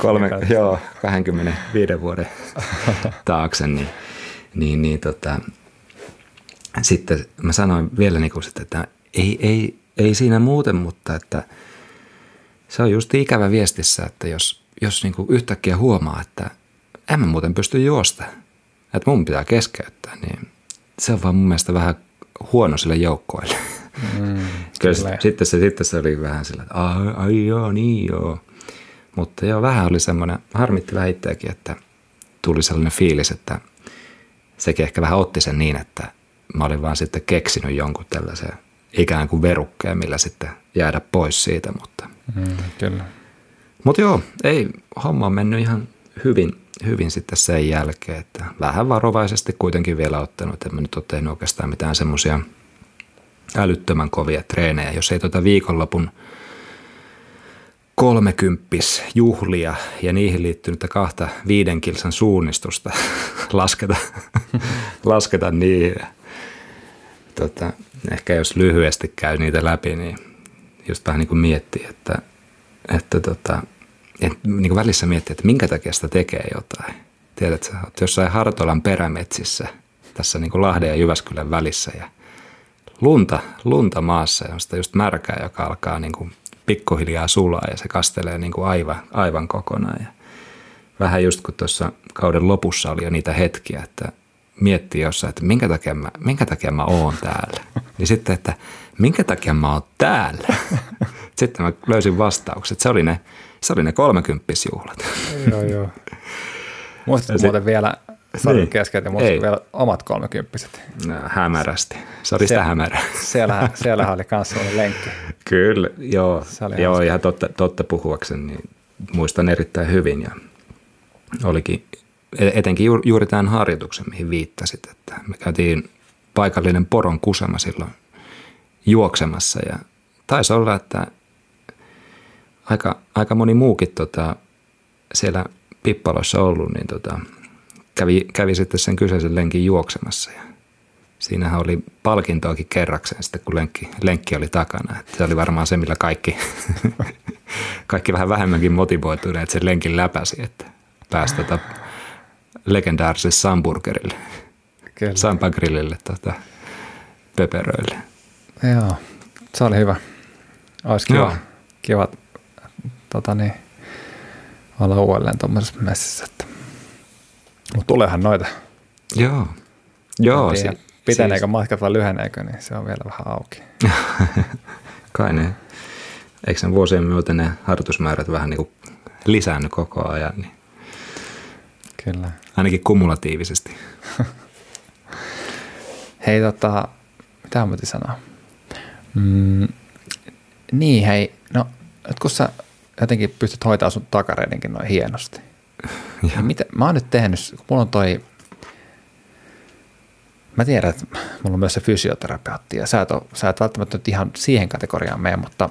25 vuoden taakse. Sitten mä sanoin vielä niin kuin, että ei siinä muuten, mutta että se on just ikävä viestissä, että jos niin kuin yhtäkkiä huomaa, että en mä muuten pysty juosta, että mun pitää keskeyttää, niin se on vaan mun mielestä vähän huono sille joukkoille. Kyllä sitten se oli vähän sillä, että ai joo, niin joo. Mutta joo, vähän oli semmoinen, harmitti vähän itseäkin, että tuli sellainen fiilis, että sekin ehkä vähän otti sen niin, että mä olin vaan sitten keksinyt jonkun tällaisen ikään kuin verukkeen, millä sitten jäädä pois siitä. Kyllä. Mutta joo, ei, homma on mennyt ihan hyvin sitten sen jälkeen, että vähän varovaisesti kuitenkin vielä ottanut, että mä nyt ole tehnyt oikeastaan mitään semmoisia älyttömän kovia treenejä. Jos ei viikonlopun 30 juhlia ja niihin liittynyttä 2 5 kilsan suunnistusta lasketa niihin. Ehkä jos lyhyesti käy niitä läpi, niin just vähän niin kuin miettii, että niin kuin välissä miettii, että minkä takia sitä tekee jotain. Tiedätkö, että jossain Hartolan perämetsissä, tässä niin kuin Lahden ja Jyväskylän välissä ja lunta maassa ja sitä just märkää, joka alkaa niin kuin pikkuhiljaa sulaa ja se kastelee niin kuin aivan kokonaan. Ja vähän just kun tuossa kauden lopussa oli jo niitä hetkiä, että miettii jossain, että minkä takia mä oon täällä. Niin sitten, että minkä takia mä oon täällä. Sitten mä löysin vastaukset. Se oli ne 30-juhlat. Joo. Muistatko muuten vielä, sori keskeltä, muistatko vielä omat 30-vuotiset? No, hämärästi. Se oli sitä hämärää. Siellä oli myös sellainen lenkki. Kyllä, joo ihan totta puhuakseni, niin muistan erittäin hyvin. Ja olikin etenkin juuri tämän harjoituksen, mihin viittasit, että me käytiin paikallinen poron kusema silloin juoksemassa ja taisi olla, että aika moni muukin siellä Pippalossa ollut, niin kävi sitten sen kyseisen lenkin juoksemassa ja siinähän oli palkintoakin kerrakseen sitten, kun lenkki oli takana. Että se oli varmaan se, millä kaikki vähän vähemmänkin motivoituneet sen lenkin läpäsi, että pääsi legendaariselle Samburgerille, Sampagrillille pöperöille. Joo, se oli hyvä. Olisi kiva olla uudelleen tuommoisessa messissä. Mutta tuleehan noita. Joo. Piteneekö matkat vai lyheneekö, niin se on vielä vähän auki. Kai ne. Eikö sen vuosien myötä ne harjoitusmäärät vähän niin kuin lisännyt koko ajan? Niin kyllä. Ainakin kumulatiivisesti. Hei, mitä mä sanoa? Niin, hei, no nyt kun sä jotenkin pystyt hoitamaan sun takareidinkin noin hienosti. Niin mä oon nyt tehnyt, kun mulla on mä tiedän, että mulla on myös se fysioterapeutti ja sä et välttämättä nyt ihan siihen kategoriaan mene, mutta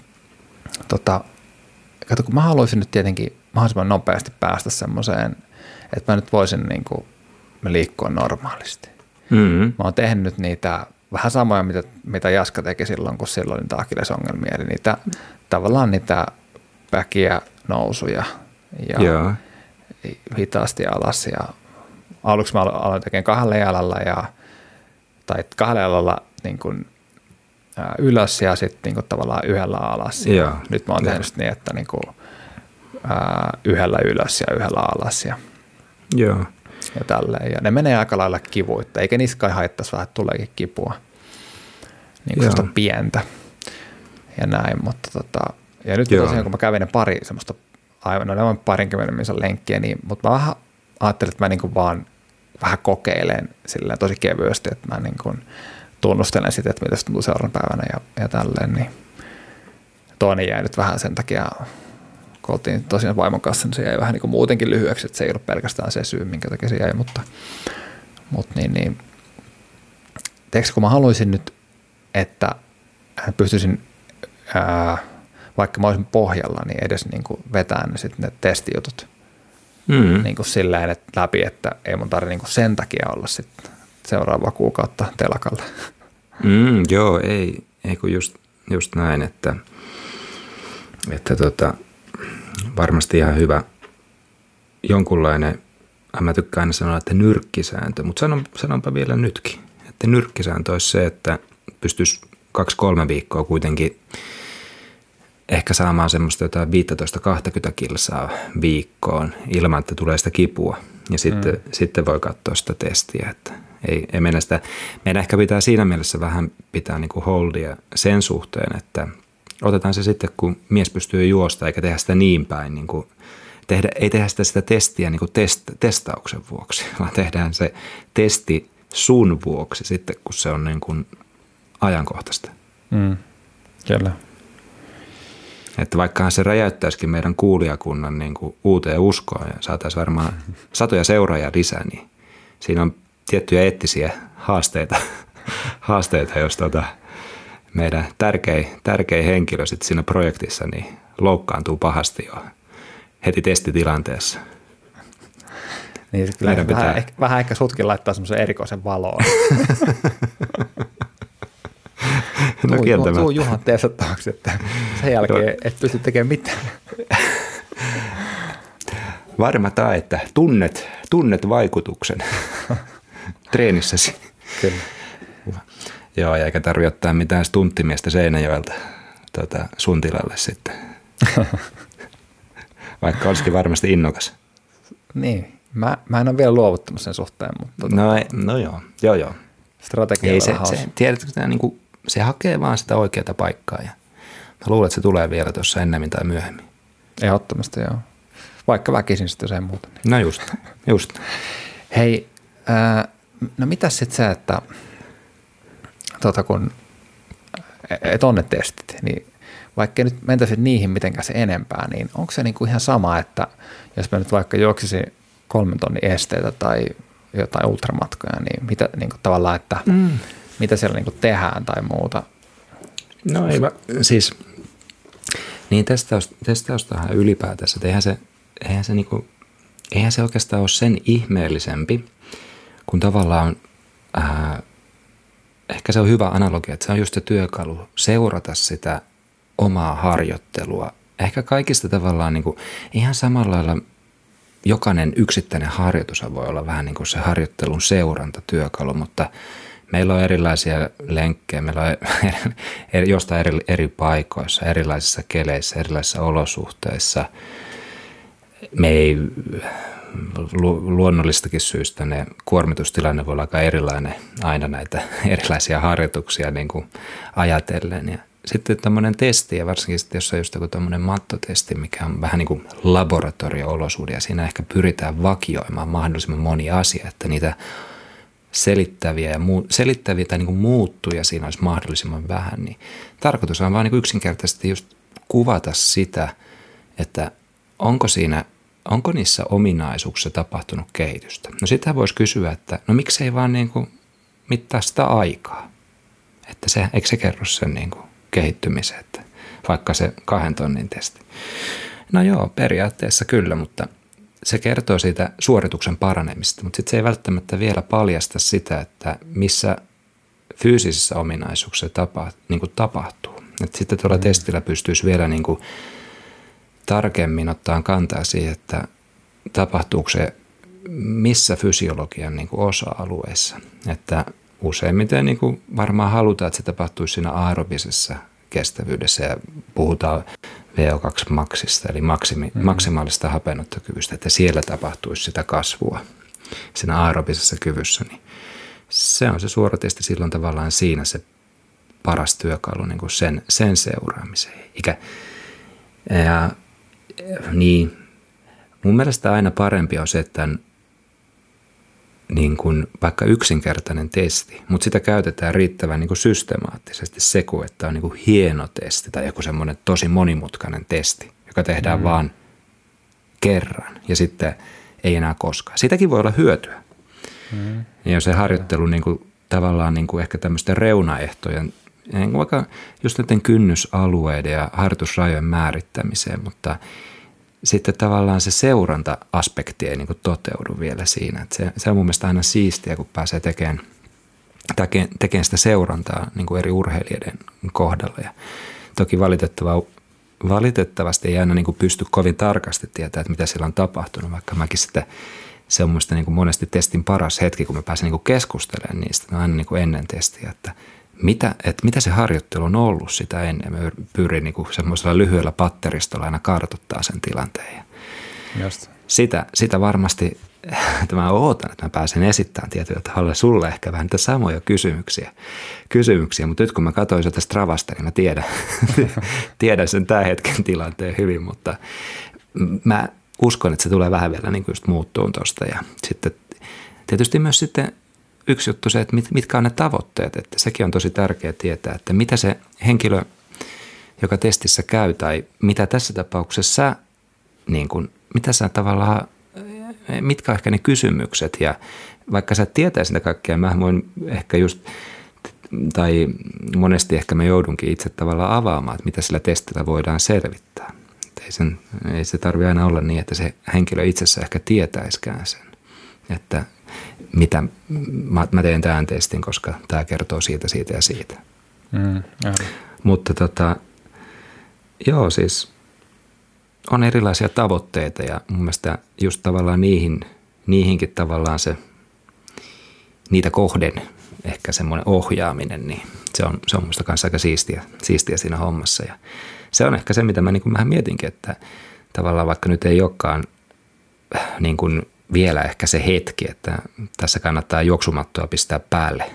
kato, kun mä haluaisin nyt tietenkin mahdollisimman nopeasti päästä semmoiseen, että mä nyt voisin niin kuin, liikkua normaalisti. Mm-hmm. Mä oon tehnyt nyt niitä vähän samoja, mitä Jaska teki silloin, kun silloin oli niitä akillesongelmia, eli tavallaan niitä päkiä nousuja ja hitaasti alas ja aluksi mä aloin tekemään 2 jalalla tai 2 jalalla niin kuin, ylös ja sitten niin kuin, tavallaan 1 alas. Nyt mä oon tehnyt niin, että niin kuin, 1 ylös ja 1 alas ja tälleen. Ja ne menee aika lailla kivuitta, eikä niissä kai haittaisi vähän, että tuleekin kipua. Niin kuin pientä ja näin, mutta ja nyt tosiaan kun mä kävin ne pari semmoista aivan 20 minuutin lenkkiä, niin, mutta mä vähän ajattelin, että mä niin kuin vaan vähän kokeilen silleen tosi kevyesti, että mä niin kuin tunnustelen sitä, että mitä se tuntuu seuraavana päivänä ja tälleen, niin toinen jäi nyt vähän sen takia, kun oltiin tosiaan vaimon kanssa, niin se jäi vähän niin kuin muutenkin lyhyeksi, että se ei ollut pelkästään se syy, minkä takia se jäi, mutta niin. Tiedätkö, kun mä haluaisin nyt, että pystyisin, vaikka mä olisin pohjalla, niin edes niin kuin vetää ne testijutut niin kuin silleen, että läpi, että ei mun tarvitse niin kuin sen takia olla sitten seuraavaa kuukautta telakalla. Joo, ei kun just näin, että varmasti ihan hyvä jonkunlainen, mä tykkään aina sanoa, että nyrkkisääntö, mutta sanonpa vielä nytkin, että nyrkkisääntö olisi se, että pystyisi 2-3 viikkoa kuitenkin ehkä saamaan semmoista jotain 15-20 kilsaa viikkoon ilman, että tulee sitä kipua. Ja sitten voi katsoa sitä testiä, että ei mennä sitä. Meidän ehkä pitää siinä mielessä vähän pitää niin kuin holdia sen suhteen, että otetaan se sitten, kun mies pystyy juosta, eikä tehdä sitä niin päin, niin kuin ei tehdä sitä testiä niin kuin testauksen vuoksi, vaan tehdään se testi sun vuoksi sitten, kun se on niin kuin ajankohtaista. Kyllä. Että vaikkahan se räjäyttäisikin meidän kuulijakunnan niin kuin uuteen uskoon ja saataisiin varmaan satoja seuraajia lisää, niin siinä on tiettyjä eettisiä haasteita jos meidän tärkein henkilö sitten siinä projektissa niin loukkaantuu pahasti jo heti testitilanteessa. Niin kyllä vähän ehkä sutkin laittaa semmoisen erikoisen valoon. No kieltämättä. Tuu Juhan testattavaksi, että sen jälkeen et pysty tekemään mitään. Varma tai, että tunnet vaikutuksen treenissäsi. Kyllä. Joo, ja eikä tarvitse ottaa mitään stunttimiestä Seinäjoelta sun tilalle sitten. Vaikka olisikin varmasti innokas. Niin, mä en ole vielä luovuttanut sen suhteen, mutta... No joo. Strategia on vähän hauska. Tiedätkö, niin se hakee vaan sitä oikeaa paikkaa ja mä luulen, että se tulee vielä tuossa ennemmin tai myöhemmin. Ehdottomasti joo. Vaikka väkisin sitten jos ei muuta. Niin. No just. Hei, no mitäs sitten se, että kun et on ne testit, niin vaikka nyt mentäisiin niihin mitenkään se enempää, niin onko se niinku ihan sama, että jos mä nyt vaikka juoksisin 3 tonnin esteitä tai jotain ultramatkoja, niin mitä niinku tavallaan, että mitä siellä niinku tehdään tai muuta? No ei siis, niin testaustahan ylipäätänsä, että eihän se oikeastaan ole sen ihmeellisempi, kun tavallaan ehkä se on hyvä analogia, että se on just se työkalu seurata sitä omaa harjoittelua. Ehkä kaikista tavallaan niin kuin, ihan samalla lailla jokainen yksittäinen harjoitus voi olla vähän niin kuin se harjoittelun seurantatyökalu, mutta meillä on erilaisia lenkkejä, meillä on jostain eri paikoissa, erilaisissa keleissä, erilaisissa olosuhteissa. Me ei luonnollistakin syystä ne kuormitustilanne voi olla aika erilainen aina näitä erilaisia harjoituksia niin kuin ajatellen. Ja sitten tämmöinen testi, ja varsinkin sitten, jos on just joku tämmöinen mattotesti, mikä on vähän niin kuin laboratorio-olosuhde, ja siinä ehkä pyritään vakioimaan mahdollisimman moni asia, että niitä selittäviä tai niin kuin muuttuja siinä olisi mahdollisimman vähän, niin tarkoitus on vaan niin kuin yksinkertaisesti just kuvata sitä, että onko niissä ominaisuuksissa tapahtunut kehitystä. No sitähän voisi kysyä, että no miksei vaan niin kuin mittaa sitä aikaa, että eikö se kerro sen niin kuin kehittymisen, että vaikka se 2 tonnin testi. No joo, periaatteessa kyllä, mutta se kertoo siitä suorituksen paranemista, mutta sitten se ei välttämättä vielä paljasta sitä, että missä fyysisissä ominaisuuksissa niin kuin tapahtuu. Et sitten tuolla testillä pystyisi vielä niin kuin tarkemmin ottaa kantaa siihen, että tapahtuuko se missä fysiologian niin kuin osa-alueissa. Että useimmiten niin kuin varmaan halutaan, että se tapahtuisi siinä aerobisessa kestävyydessä ja puhutaan VO2-maksista eli maksimaalista hapenottokyvystä, että siellä tapahtuisi sitä kasvua siinä aerobisessa kyvyssä. Niin se on se suoratesti silloin tavallaan siinä se paras työkalu niin kuin sen seuraamiseen. Niin, mun mielestä aina parempi on se, että niin kuin vaikka yksinkertainen testi, mutta sitä käytetään riittävän niin kuin systemaattisesti se, että on niin kuin hieno testi tai joku semmoinen tosi monimutkainen testi, joka tehdään vaan kerran ja sitten ei enää koskaan. Sitäkin voi olla hyötyä. Ja se harjoittelu niin kuin, tavallaan niin kuin ehkä tämmöisten reunaehtojen, niin vaikka just näiden kynnysalueiden ja harjoitusrajojen määrittämiseen, mutta sitten tavallaan se seuranta-aspekti ei niin kuin toteudu vielä siinä. Että se on mun mielestä aina siistiä, kun pääsee tekemään sitä seurantaa niin kuin eri urheilijoiden kohdalla. Ja toki valitettavasti ei aina niin kuin pysty kovin tarkasti tietämään, että mitä siellä on tapahtunut, vaikka mäkin sitten se on mun mielestä niin kuin monesti testin paras hetki, kun mä pääsen niin kuin keskustelemaan niistä aina niin kuin ennen testiä, että mitä se harjoittelu on ollut sitä ennen. Mä pyrin niin kuin semmoisella lyhyellä patteristolla aina kartoittaa sen tilanteen. Just. Sitä varmasti, että mä ootan, että mä pääsen esittämään tietyllä tavalla sulle ehkä vähän niitä samoja kysymyksiä, mutta nyt kun mä katsoin sitä Stravasta, niin mä tiedän sen tämän hetken tilanteen hyvin, mutta mä uskon, että se tulee vähän vielä niin kuin just muuttuun tuosta ja sitten tietysti myös sitten yksi juttu se, että mitkä on ne tavoitteet, että sekin on tosi tärkeää tietää, että mitä se henkilö, joka testissä käy tai mitä tässä tapauksessa niin kuin, mitä sä tavallaan, mitkä on ehkä ne kysymykset ja vaikka sä tietäisit sitä kaikkea, mä voin ehkä just tai monesti ehkä mä joudunkin itse tavallaan avaamaan, että mitä sillä testillä voidaan selvittää. Ei se tarvitse aina olla niin, että se henkilö itsessä ehkä tietäiskään sen, että mitä mä teen tämän testin, koska tämä kertoo siitä ja siitä. Mutta joo, siis on erilaisia tavoitteita ja mun mielestä just tavallaan niihinkin tavallaan niitä kohden ehkä semmoinen ohjaaminen, niin se on musta kanssa aika siistiä siinä hommassa. Ja se on ehkä se, mitä mä vähän mietinkin, että tavallaan vaikka nyt ei olekaan niin kuin vielä ehkä se hetki, että tässä kannattaa juoksumattoa pistää päälle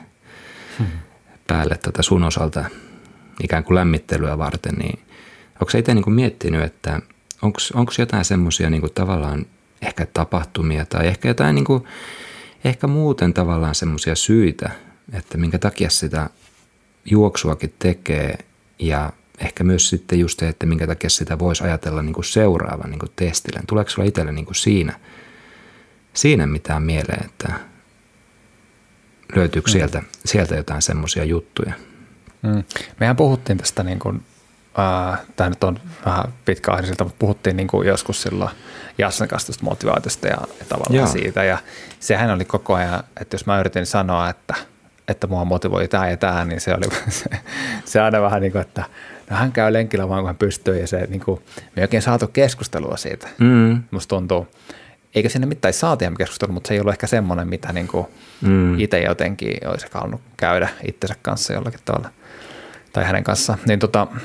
sun osalta ikään kuin lämmittelyä varten, niin onko sä itse niin kuin miettinyt, että onko jotain semmoisia niin kuin tavallaan ehkä tapahtumia tai ehkä jotain niin kuin, ehkä muuten tavallaan semmoisia syitä, että minkä takia sitä juoksuakin tekee ja ehkä myös sitten just se, että minkä takia sitä voisi ajatella niin kuin seuraavan niin kuin testillä. Tuleeko sulla itselle niin kuin siinä mitään mieleen, että löytyykö sieltä jotain semmoisia juttuja? Mehän puhuttiin tästä, niin kuin, tämä nyt on vähän pitkäaikaiselta, mutta puhuttiin niin kuin joskus silloin Jassan kanssa tästä motivaatiosta ja tavallaan siitä. Ja sehän oli koko ajan, että jos mä yritin sanoa, että mua motivoi tämä ja tämä, niin se oli se aina vähän niin kuin, että no hän käy lenkillä vaan kun hän pystyy ja se niin kuin, me ei oikein saatu keskustelua siitä. Musta tuntuu, eikä sinne mitään saatiin keskustelua, mutta se ei ollut ehkä semmoinen, mitä niin kuin itse jotenkin olisi halunnut käydä itsensä kanssa jollakin tavalla tai hänen kanssaan. Niin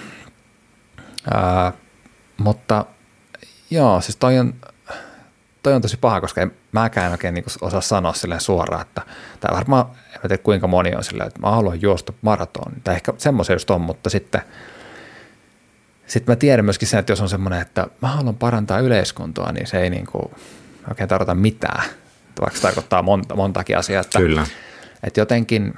mutta joo, siis toi on tosi paha, koska mäkään oikein niin osaa sanoa silleen suoraan, että tai varmaan, en tiedä kuinka moni on silleen, että mä haluan juosta maratonin, tai ehkä semmoisen just on, mutta sitten mä tiedän myöskin sen, että jos on semmoinen, että mä haluan parantaa yleiskuntoa, niin se ei niin kuin oikein tarkoita mitään, vaikka se tarkoittaa montakin asiaa. Kyllä. Että jotenkin,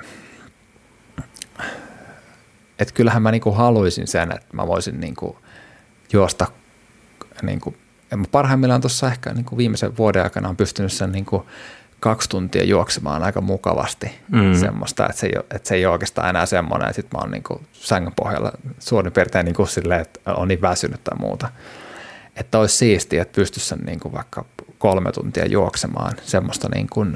että kyllähän mä niin kuin haluaisin sen, että mä voisin niin kuin juosta, niin kuin, parhaimmillaan tuossa ehkä niin kuin viimeisen vuoden aikana on pystynyt sen niin kuin 2 tuntia juoksemaan aika mukavasti semmoista, että se ei ole oikeastaan enää semmoinen, että sitten mä oon niin kuin sängyn pohjalla suurin piirtein niin kuin silleen, että on niin väsynyt tai muuta. Että olisi siistiä, että pystyisi sen niin kuin vaikka 3 tuntia juoksemaan semmoista niin kuin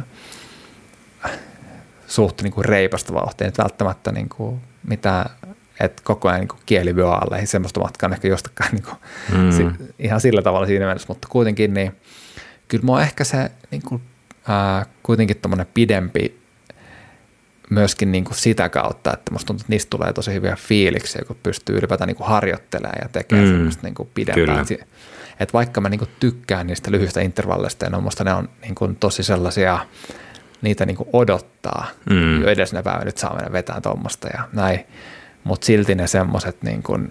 suht niin kuin reipasta vauhtia, että välttämättä niin kuin mitään, että koko ajan niin kuin kieli vyö alle, ei semmoista matkaa ehkä jostakaan niin kuin ihan sillä tavalla siinä mielessä, mutta kuitenkin niin kyllä mua ehkä se niin kuin, kuitenkin tommoinen pidempi myöskin niin kuin sitä kautta, että musta tuntuu, että niistä tulee tosi hyviä fiiliksiä, kun pystyy ylipäätään niin kuin harjoittelemaan ja tekemään semmoista niin kuin pidempään. Että vaikka mä niin kuin tykkään niistä lyhyistä intervalleista ja musta ne on niin kuin tosi sellaisia, niitä niin kuin odottaa jo edellisenä päivänä, nyt saa mennä vetämään tuommoista ja näin, mutta silti ne semmoiset niin kuin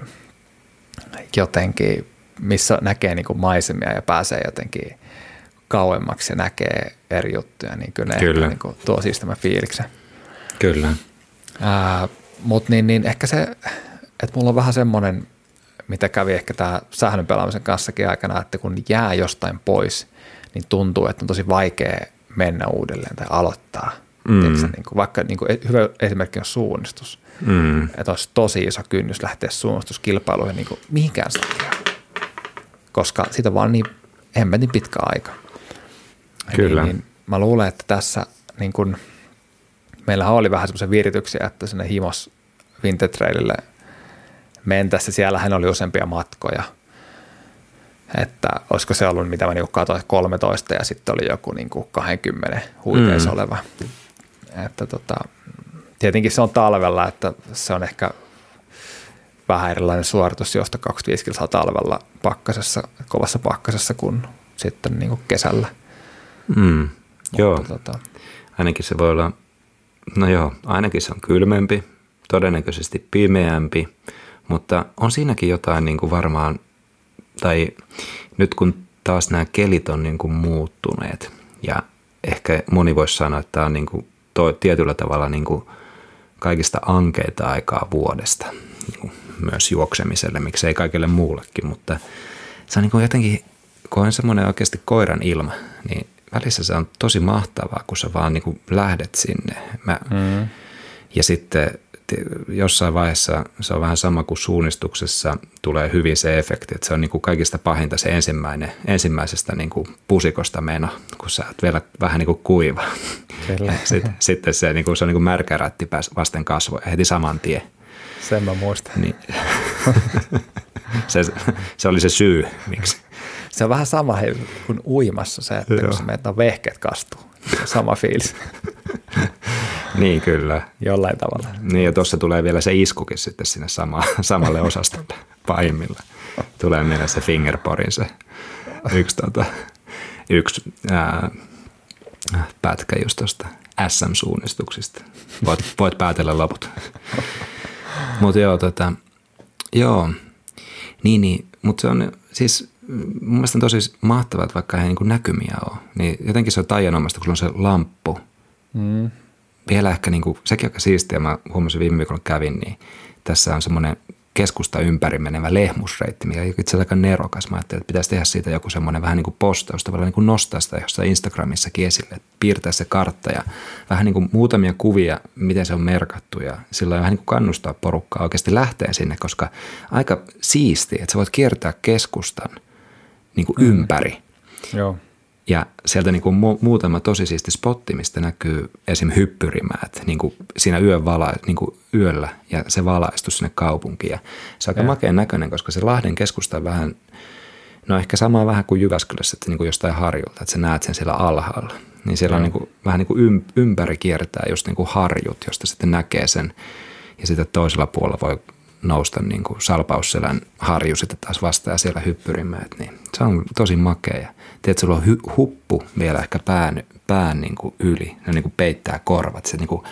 jotenkin, missä näkee niin kuin maisemia ja pääsee jotenkin kauemmaksi ja näkee eri juttuja, niin kyllä ne niin kuin tuo siis tämän fiiliksen. Kyllä. Mutta niin ehkä se, että mulla on vähän semmoinen, mitä kävi ehkä tämä sählyn pelaamisen kanssakin aikana, että kun jää jostain pois, niin tuntuu, että on tosi vaikea mennä uudelleen tai aloittaa. Tiedätkö, niin kuin, vaikka niin kuin, hyvä esimerkki on suunnistus. Että olisi tosi iso kynnys lähteä suunnistuskilpailuihin niin kuin mihinkään saakka. Koska siitä vaan niin hemmetin pitkä aika. Kyllä. Niin mä luulen, että tässä niin kun, meillähän oli vähän semmoisia virityksiä, että sinne Himos Vintertrailille mentäessä. Siellähän oli useampia matkoja. Että olisiko se ollut, mitä mä niin katsoin, 13 ja sitten oli joku niin 20 huiteissa oleva. Että tietenkin se on talvella, että se on ehkä vähän erilainen suoritus, josta 25 kilsaa talvella pakkasessa, kovassa pakkasessa kuin sitten niin kuin kesällä. Joo, ainakin se voi olla, no joo, ainakin se on kylmempi, todennäköisesti pimeämpi, mutta on siinäkin jotain niin kuin varmaan, tai nyt kun taas nämä kelit on niin kuin muuttuneet ja ehkä moni voisi sanoa, että tämä on niin kuin tietyllä tavalla niin kuin kaikista ankeita aikaa vuodesta, niin kuin myös juoksemiselle, miksei kaikille muullekin, mutta se on niin kuin jotenkin, kun on semmoinen oikeasti koiran ilma, niin välissä se on tosi mahtavaa, kun sä vaan niin kuin lähdet sinne. Ja sitten jossain vaiheessa se on vähän sama kuin suunnistuksessa tulee hyvin se efekti, että se on niin kuin kaikista pahinta se ensimmäisestä niin kuin pusikosta meno, kun sä oot vielä vähän niin kuin kuiva. Sitten se, niin kuin, se on niin kuin märkärätti vasten kasvoja heti saman tien. Sen mä muistan. Niin. se oli se syy, miksi. Se on vähän sama kuin uimassa se, että kun sä menet on vehkeet kastuu. Se on sama fiilis. Niin kyllä. Jollain tavalla. Niin ja tuossa tulee vielä se iskukin sitten sinne samalle osastolle pahimmilla. Tulee meille se fingerporin se yksi pätkä just tuosta SM-suunnistuksista. Voit päätellä loput. Mutta joo, niin, mutta se on siis mun mielestä on tosi mahtavaa, että vaikka ei niin näkymiä ole, niin jotenkin se on taianomasta, kun se on se lamppu. Vielä ehkä niin kuin, sekin aika siistiä, mä huomasin viime viikolla kävin, niin tässä on semmoinen keskusta ympäri menevä lehmusreitti, mikä itse asiassa aika nerokas. Mä ajattelin, että pitäisi tehdä siitä joku semmoinen vähän niin kuin postaus, tavallaan niin kuin nostaa sitä jossain Instagramissakin esille, että piirtää se kartta ja vähän niin kuin muutamia kuvia, miten se on merkattu ja silloin vähän niin kuin kannustaa porukkaa oikeasti lähteä sinne, koska aika siistiä, että sä voit kiertää keskustan niin kuin ympäri. Joo. Ja sieltä niin kuin muutama tosi siisti spotti, mistä näkyy esim. Hyppyrimäät niin kuin siinä niin kuin yöllä ja se valaistus sinne kaupunkiin. Ja se on aika makeen näköinen, koska se Lahden keskusta on vähän, no ehkä samaa vähän kuin Jyväskylässä, että niin kuin jostain harjulta, että sä näet sen siellä alhaalla. Niin siellä on niin kuin, vähän niin kuin ympäri kiertää just niin kuin harjut, josta sitten näkee sen ja sitten toisella puolella voi nousta niin kuin Salpausselän harju sitten taas vastaan ja siellä Hyppyrimäät, niin se on tosi makea. Ja tiedät, sulla on huppu vielä ehkä pään niin kuin yli, ne niin kuin peittää korvat, se niin kuin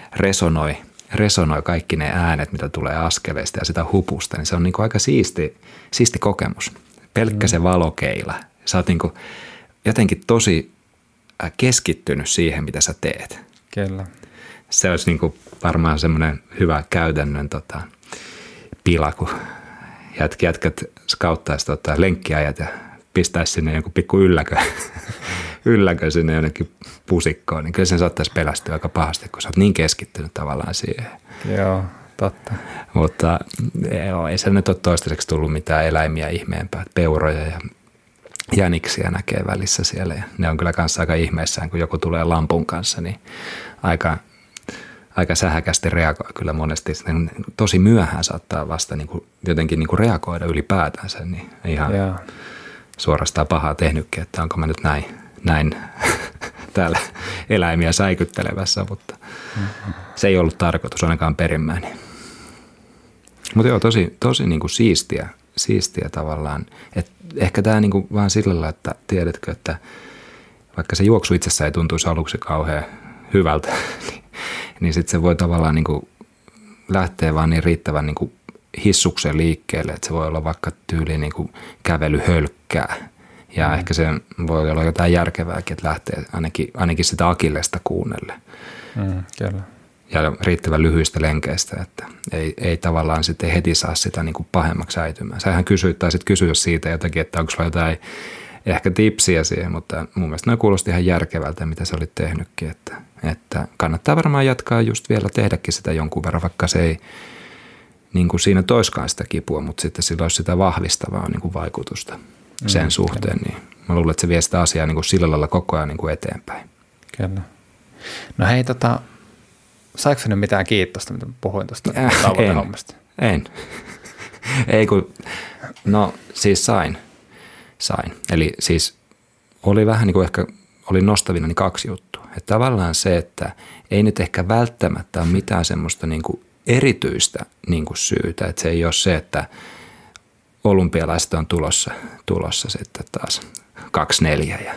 resonoi kaikki ne äänet, mitä tulee askeleista ja sitä hupusta, niin se on niin kuin aika siisti kokemus. Pelkkä se valokeila. Sä oot niin kuin jotenkin tosi keskittynyt siihen, mitä sä teet. Kyllä. Se olisi niin kuin varmaan semmoinen hyvä käytännön pila, kun jätkät skauttaisi lenkkiajat ja pistäisi sinne jonkun pikku ylläkö sinne jonnekin pusikkoon, niin kyllä sen saattaisi pelästyä aika pahasti, kun sä oot niin keskittynyt tavallaan siihen. Joo, totta. Mutta ei se nyt ole toistaiseksi tullut mitään eläimiä ihmeempää, peuroja ja jäniksiä näkee välissä siellä ja ne on kyllä kanssa aika ihmeissään, kun joku tulee lampun kanssa, niin aika sähäkästi reagoi kyllä monesti. Tosi myöhään saattaa vasta niin kuin, jotenkin niin kuin reagoida ylipäätänsä, niin ihan suorastaan pahaa tehnytkin, että onko mä nyt näin täällä eläimiä säikyttelevässä, mutta se ei ollut tarkoitus ainakaan perimmäinen. Mutta joo, tosi niin kuin siistiä tavallaan. Et ehkä tämä niin kuin vaan sillä lailla, että tiedätkö, että vaikka se juoksu itsessään ei tuntuisi aluksi kauhean hyvältä, niin sitten se voi tavallaan niin kuin lähteä vaan niin riittävän niin kuin hissuksen liikkeelle, että se voi olla vaikka tyyliin niin kuin kävelyhölkkää. Ja ehkä se voi olla jotain järkevääkin, että lähtee ainakin sitä akillesta kuunnelle. Kyllä. Ja riittävän lyhyistä lenkeistä, että ei tavallaan sitten heti saa sitä niin kuin pahemmaksi äitymään. Sähän taisit kysyä siitä jotakin, että onko sulla jotain ehkä tipsiä siihen, mutta mun mielestä ne kuulosti ihan järkevältä, mitä sä olit tehnytkin, että kannattaa varmaan jatkaa just vielä tehdäkin sitä jonkun verran, vaikka se ei niin kuin siinä toiskaan sitä kipua, mutta sitten sillä olisi sitä vahvistavaa niin kuin vaikutusta sen suhteen, niin mä luulen, että se vie sitä asiaa niin kuin sillä lailla koko ajan niin kuin eteenpäin. Kyllä. No hei, saiko nyt mitään kiitosta, mitä puhuin tuosta tavoitehommasta? En. Ei kun, no siis sain. Eli siis oli vähän niin kuin ehkä, oli nostavina niin 2 juttua. Että tavallaan se, että ei nyt ehkä välttämättä ole mitään semmoista niin kuin erityistä niin kuin syytä. Että se ei ole se, että olympialaiset on tulossa sitten taas 2-4 ja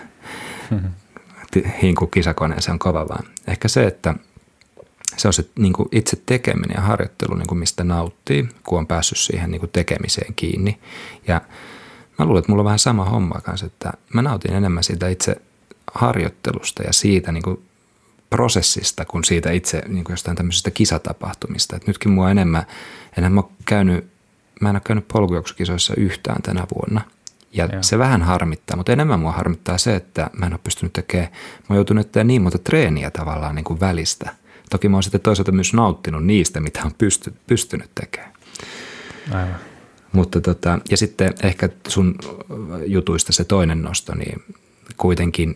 hinku kisakoneen, se on kova vaan. Ehkä se, että se on se niin kuin itse tekeminen ja harjoittelu, niin kuin mistä nauttii, kun on päässyt siihen niin kuin tekemiseen kiinni. Ja mä luulen, että mulla on vähän sama homma kanssa, että mä nautin enemmän siitä itse harjoittelusta ja siitä niin kuin prosessista kuin siitä itse niin kuin jostain tämmöisistä kisatapahtumista. Et nytkin mä en ole käynyt polkujuoksukisoissa yhtään tänä vuonna. Ja se vähän harmittaa, mutta enemmän mua harmittaa se, että mä en ole pystynyt tekemään, mä oon joutunut tekemään niin monta treeniä tavallaan niin kuin välistä toki mä oon sitten toisaalta myös nauttinut niistä, mitä on pystynyt tekemään. Aivan. Mutta ja sitten ehkä sun jutuista se toinen nosto, niin kuitenkin,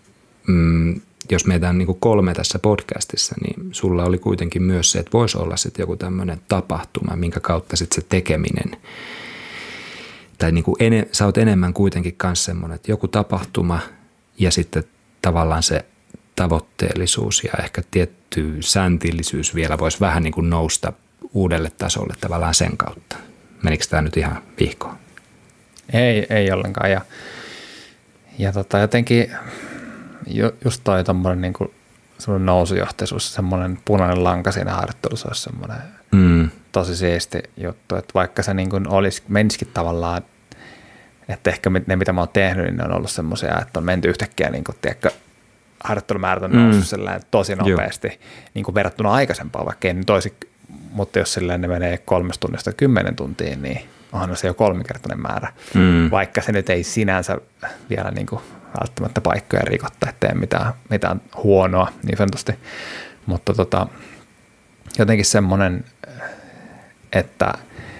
jos meitä on niin kuin 3 tässä podcastissa, niin sulla oli kuitenkin myös se, että voisi olla sitten joku tämmöinen tapahtuma, minkä kautta sitten se tekeminen, tai niin kuin sä oot enemmän kuitenkin kanssa semmoinen, että joku tapahtuma ja sitten tavallaan se tavoitteellisuus ja ehkä tietty sääntillisyys vielä voisi vähän niin kuin nousta uudelle tasolle tavallaan sen kautta. Menikö tämä nyt ihan vihkoon? Ei ollenkaan. Ja jotenkin just toi tommoinen niin kuin semmoinen nousujohteisuus, semmoinen punainen lanka siinä harjoittelussa olisi semmoinen tosi siisti juttu, että vaikka se niin kuin menisikin tavallaan, että ehkä ne mitä mä oon tehnyt, niin ne on ollut semmoisia, että on menty yhtäkkiä niin kuin, tiedätkö, harjoittelumäärät on noussut tosi nopeasti niin kuin verrattuna aikaisempaan, vaikka ei nyt olisi, mutta jos ne menee 3 tunnista 10 tuntiin, niin onhan se jo 3-kertainen määrä, vaikka se nyt ei sinänsä vielä niin kuin välttämättä paikkoja rikottaa, ettei mitään huonoa niin sanotusti, mutta jotenkin semmoinen, että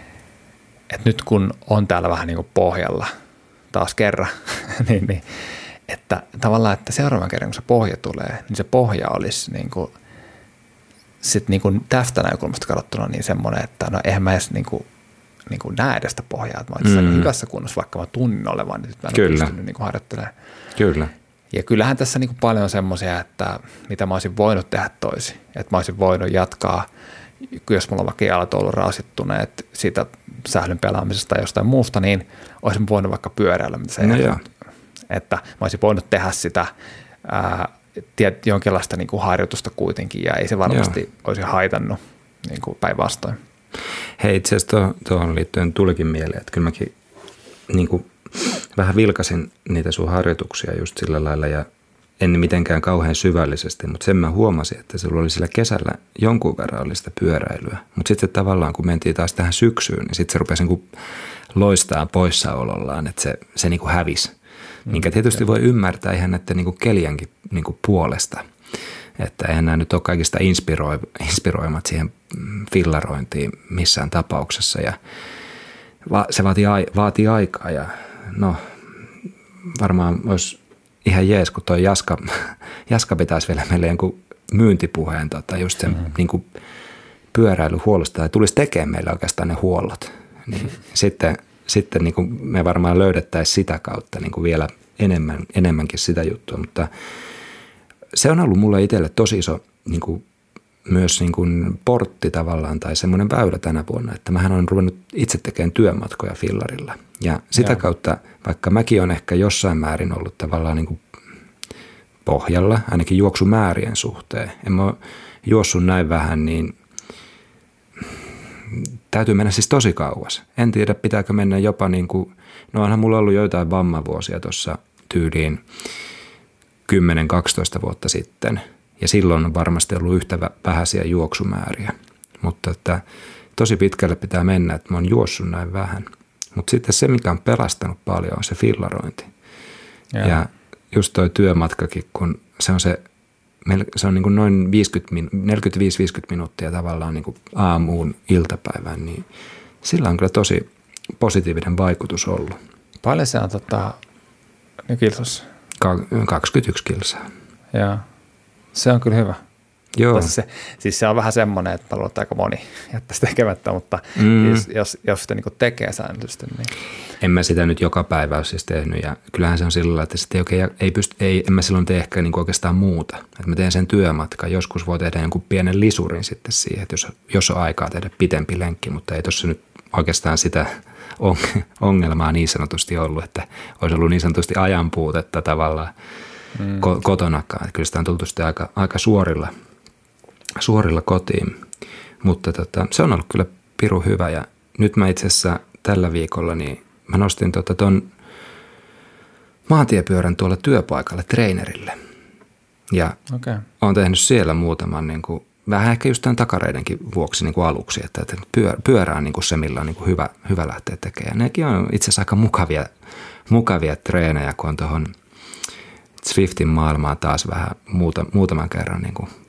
nyt kun on täällä vähän niin kuin pohjalla taas kerran, niin että tavallaan, että seuraavan kerran kun se pohja tulee, niin se pohja olisi niin kuin, sit niin kuin tästä näkökulmasta katsottuna niin semmoinen, että no eihän mä edes niin kuin näe edes sitä pohjaa, että mä olen hyvässä kunnossa, vaikka mä tunnin olevan, niin sitten mä en ole pystynyt niin kuin harjoittelemaan. Kyllä. Ja kyllähän tässä niin kuin paljon semmoisia, että mitä mä olisin voinut tehdä toisin, että mä olisin voinut jatkaa, jos mulla on vaikka jalat ollut rasittuneet siitä sählyn pelaamisesta tai jostain muusta, niin olisin voinut vaikka pyöräillä, mitä se ei että mä olisin voinut tehdä sitä jonkinlaista niin kuin harjoitusta kuitenkin, ja ei se varmasti olisi haitannut niin kuin päinvastoin. Hei, itse asiassa tuohon liittyen tulikin mieleen, että kyllä mäkin niin kuin vähän vilkasin niitä sun harjoituksia just sillä lailla, ja en mitenkään kauhean syvällisesti, mutta sen mä huomasin, että sulla oli sillä kesällä jonkun verran oli sitä pyöräilyä, mutta sitten tavallaan kun mentiin taas tähän syksyyn, niin sitten se rupesi niin loistaa poissaolollaan, että se niin kuin hävisi. Minkä tietysti voi ymmärtää ihan näiden niin kuin keliänkin niin kuin puolesta, että eihän nämä nyt ole kaikista inspiroimat siihen fillarointiin missään tapauksessa, ja se vaatii aikaa, ja no varmaan olisi ihan jees, kun toi Jaska pitäisi vielä meille jonkun myyntipuheen just sen niin kuin pyöräilyhuollosta, tai tulisi tekemään meille oikeastaan ne huollot, niin sitten niin kuin me varmaan löydettäisiin sitä kautta niin kuin vielä enemmänkin sitä juttua, mutta se on ollut mulle itselle tosi iso niin kuin, myös niin kuin portti tavallaan tai semmoinen väylä tänä vuonna, että mähän olen ruvennut itse tekemään työmatkoja fillarilla, ja sitä kautta, vaikka mäkin on ehkä jossain määrin ollut tavallaan niin kuin pohjalla, ainakin juoksumäärien suhteen, en mä ole juossut näin vähän, niin täytyy mennä siis tosi kauas. En tiedä, pitääkö mennä jopa niin kuin, no onhan mulla ollut joitain vammavuosia tuossa tyyliin 10-12 vuotta sitten, ja silloin on varmasti ollut yhtä vähäisiä juoksumääriä, mutta että tosi pitkälle pitää mennä, että mä oon juossut näin vähän. Mutta sitten se, mikä on pelastanut paljon, on se fillarointi. Ja just toi työmatkakin, kun se on niin kuin noin 45-50 minuuttia tavallaan niin kuin aamuun iltapäivään, niin sillä on kyllä tosi positiivinen vaikutus ollut. Paljon se on kilsossa? 21 kilsaa. Joo, se on kyllä hyvä. Joo. Se on vähän semmoinen, että mä luulen, että aika moni jättäisi tekemättä, mutta jos sitä niin kuin tekee säännöllisesti. Niin. En mä sitä nyt joka päivä ole siis tehnyt, ja kyllähän se on sillä lailla, että sitten en mä silloin tee ehkä niin kuin oikeastaan muuta. Että mä teen sen työmatkan. Joskus voi tehdä jonkun pienen lisurin sitten siihen, että jos on aikaa tehdä pitempi lenkki, mutta ei tuossa nyt oikeastaan sitä ongelmaa niin sanotusti ollut, että olisi ollut niin sanotusti ajanpuutetta tavallaan kotonakaan. Että kyllä sitä on tultu sitten aika suorilla kotiin, mutta se on ollut kyllä pirun hyvä, ja nyt mä itse asiassa tällä viikolla niin mä nostin ton maantiepyörän tuolla työpaikalle treenerille, ja oon tehnyt siellä muutaman niin kuin, vähän ehkä just tämän takareidenkin vuoksi niin kuin aluksi, että pyörä on niin kuin se, millä on niin kuin hyvä lähteä tekemään. Nekin on itse asiassa aika mukavia treenejä, kun on tuohon Zwiftin maailmaa taas vähän muutaman kerran niin kuin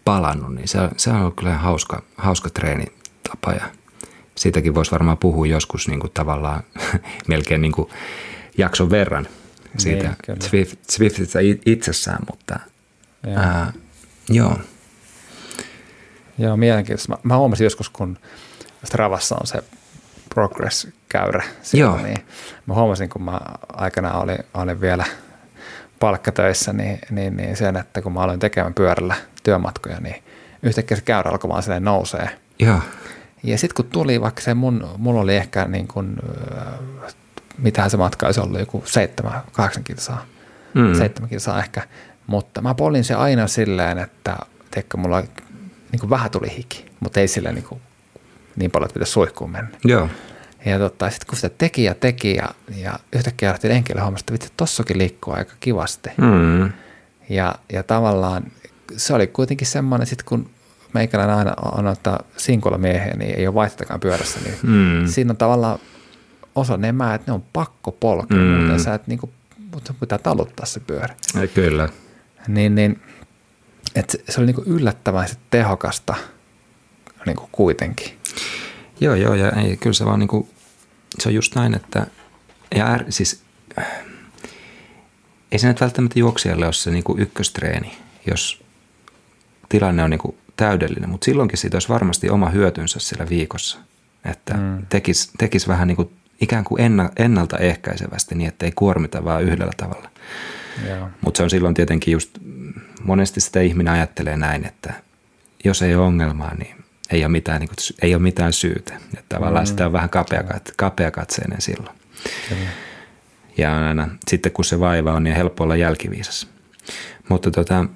palannut, niin se on ollut kyllä hauska treenitapa ja siitäkin voisi varmaan puhua joskus niin kuin tavallaan melkein niin kuin jakson verran siitä Zwiftistä itsessään, mutta joo. Joo, mielenkiintoista. Mä huomasin joskus, kun Stravassa on se progress-käyrä, niin mä huomasin, kun mä aikanaan olin vielä palkkatöissä, niin sen, että kun mä aloin tekemään pyörällä työmatkoja, niin yhtäkkiä se käyrä alkoi vaan silleen nousee. Joo. Ja sitten kun tuli vaikka se mulla oli ehkä niin kuin, mitähän se matka olisi ollut, joku 7-8 kilsaa, 7 kilsaa ehkä, mutta mä polin se aina silleen, että teikö mulla niin vähän tuli hiki, mutta ei silleen niin paljon, että pitäisi suihkuun mennä. Joo. Ja sitten kun sitä teki ja yhtäkkiä lähti lenkille hommasta, että vitsi, tossakin liikkuu aika kivasti. Ja tavallaan se oli kuitenkin semmoinen, sit kun meikäläinen aina on ottaa sinkulla miehen, niin ei ole vaihtotakaan pyörässä, niin siinä on tavallaan osa nemää, että ne on pakko polkea, muuten sä et mutta pitää taluttaa se pyörä. Kyllä. Niin että se oli yllättävän tehokasta kuitenkin. Joo, ja ei, kyllä se vaan se on just näin, että siis ei se nyt välttämättä juoksijalle ole se ykköstreeni, jos tilanne on täydellinen, mutta silloinkin siitä olisi varmasti oma hyötynsä siellä viikossa, että tekisi vähän ikään kuin ennaltaehkäisevästi niin, että ei kuormita vaan yhdellä tavalla. Mutta se on silloin tietenkin just, monesti sitä ihminen ajattelee näin, että jos ei ole ongelmaa, niin ei ole mitään syytä. Että tavallaan sitä on vähän kapeakatseinen silloin. Ja aina sitten kun se vaiva on, niin helppo olla jälkiviisas. Mutta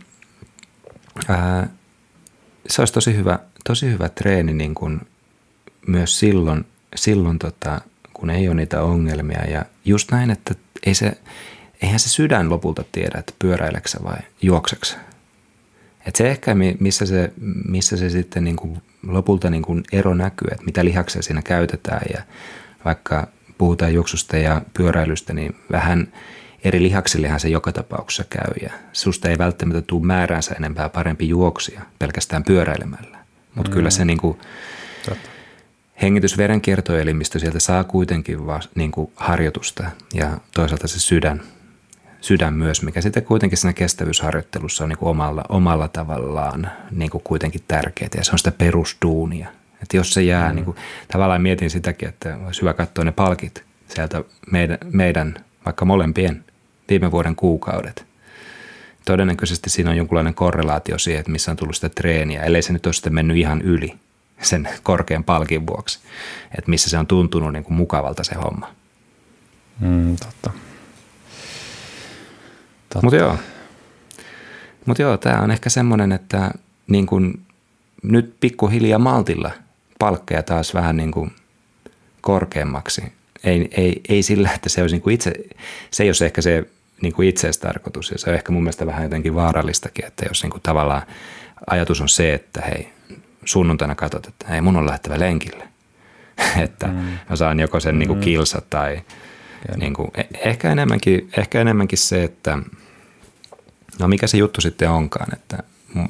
se olisi tosi hyvä treeni niin kuin myös silloin kun ei ole niitä ongelmia. Ja just näin, että eihän se sydän lopulta tiedä, että pyöräileksä vai juokseksä. Että se ehkä, missä se sitten niin kuin lopulta niin kuin ero näkyy, että mitä lihaksia siinä käytetään ja vaikka puhutaan juoksusta ja pyöräilystä, niin vähän eri lihaksillehan se joka tapauksessa käy ja susta ei välttämättä tule määräänsä enempää parempi juoksija pelkästään pyöräilemällä. Mutta kyllä se niin kuin hengitysverenkiertoelimistö sieltä saa kuitenkin niin kuin harjoitusta ja toisaalta se sydän myös, mikä sitten kuitenkin siinä kestävyysharjoittelussa on niin kuin omalla tavallaan niin kuin kuitenkin tärkeää ja se on sitä perusduunia. Että jos se jää, niin kuin, tavallaan mietin sitäkin, että olisi hyvä katsoa ne palkit sieltä meidän vaikka molempien viime vuoden kuukaudet. Todennäköisesti siinä on jonkunlainen korrelaatio siihen, että missä on tullut sitä treeniä, ellei se nyt ole sitten mennyt ihan yli sen korkean palkin vuoksi, että missä se on tuntunut niin kuin mukavalta se homma. Totta. Mutta joo, tämä on ehkä semmoinen, että niin kuin nyt pikkuhiljaa maltilla palkkeja taas vähän niin kuin korkeammaksi. Ei sillä, että se olisi niin kuin se ei ole ehkä se niin kuin itseistarkoitus ja se on ehkä mun mielestä vähän jotenkin vaarallistakin, että jos niin kuin tavallaan ajatus on se, että hei, sunnuntaina katsot, että hei, mun on lähtevä lenkille, että mä saan joko sen niin kuin kilsa tai niin kuin, ehkä enemmänkin se, että no mikä se juttu sitten onkaan, että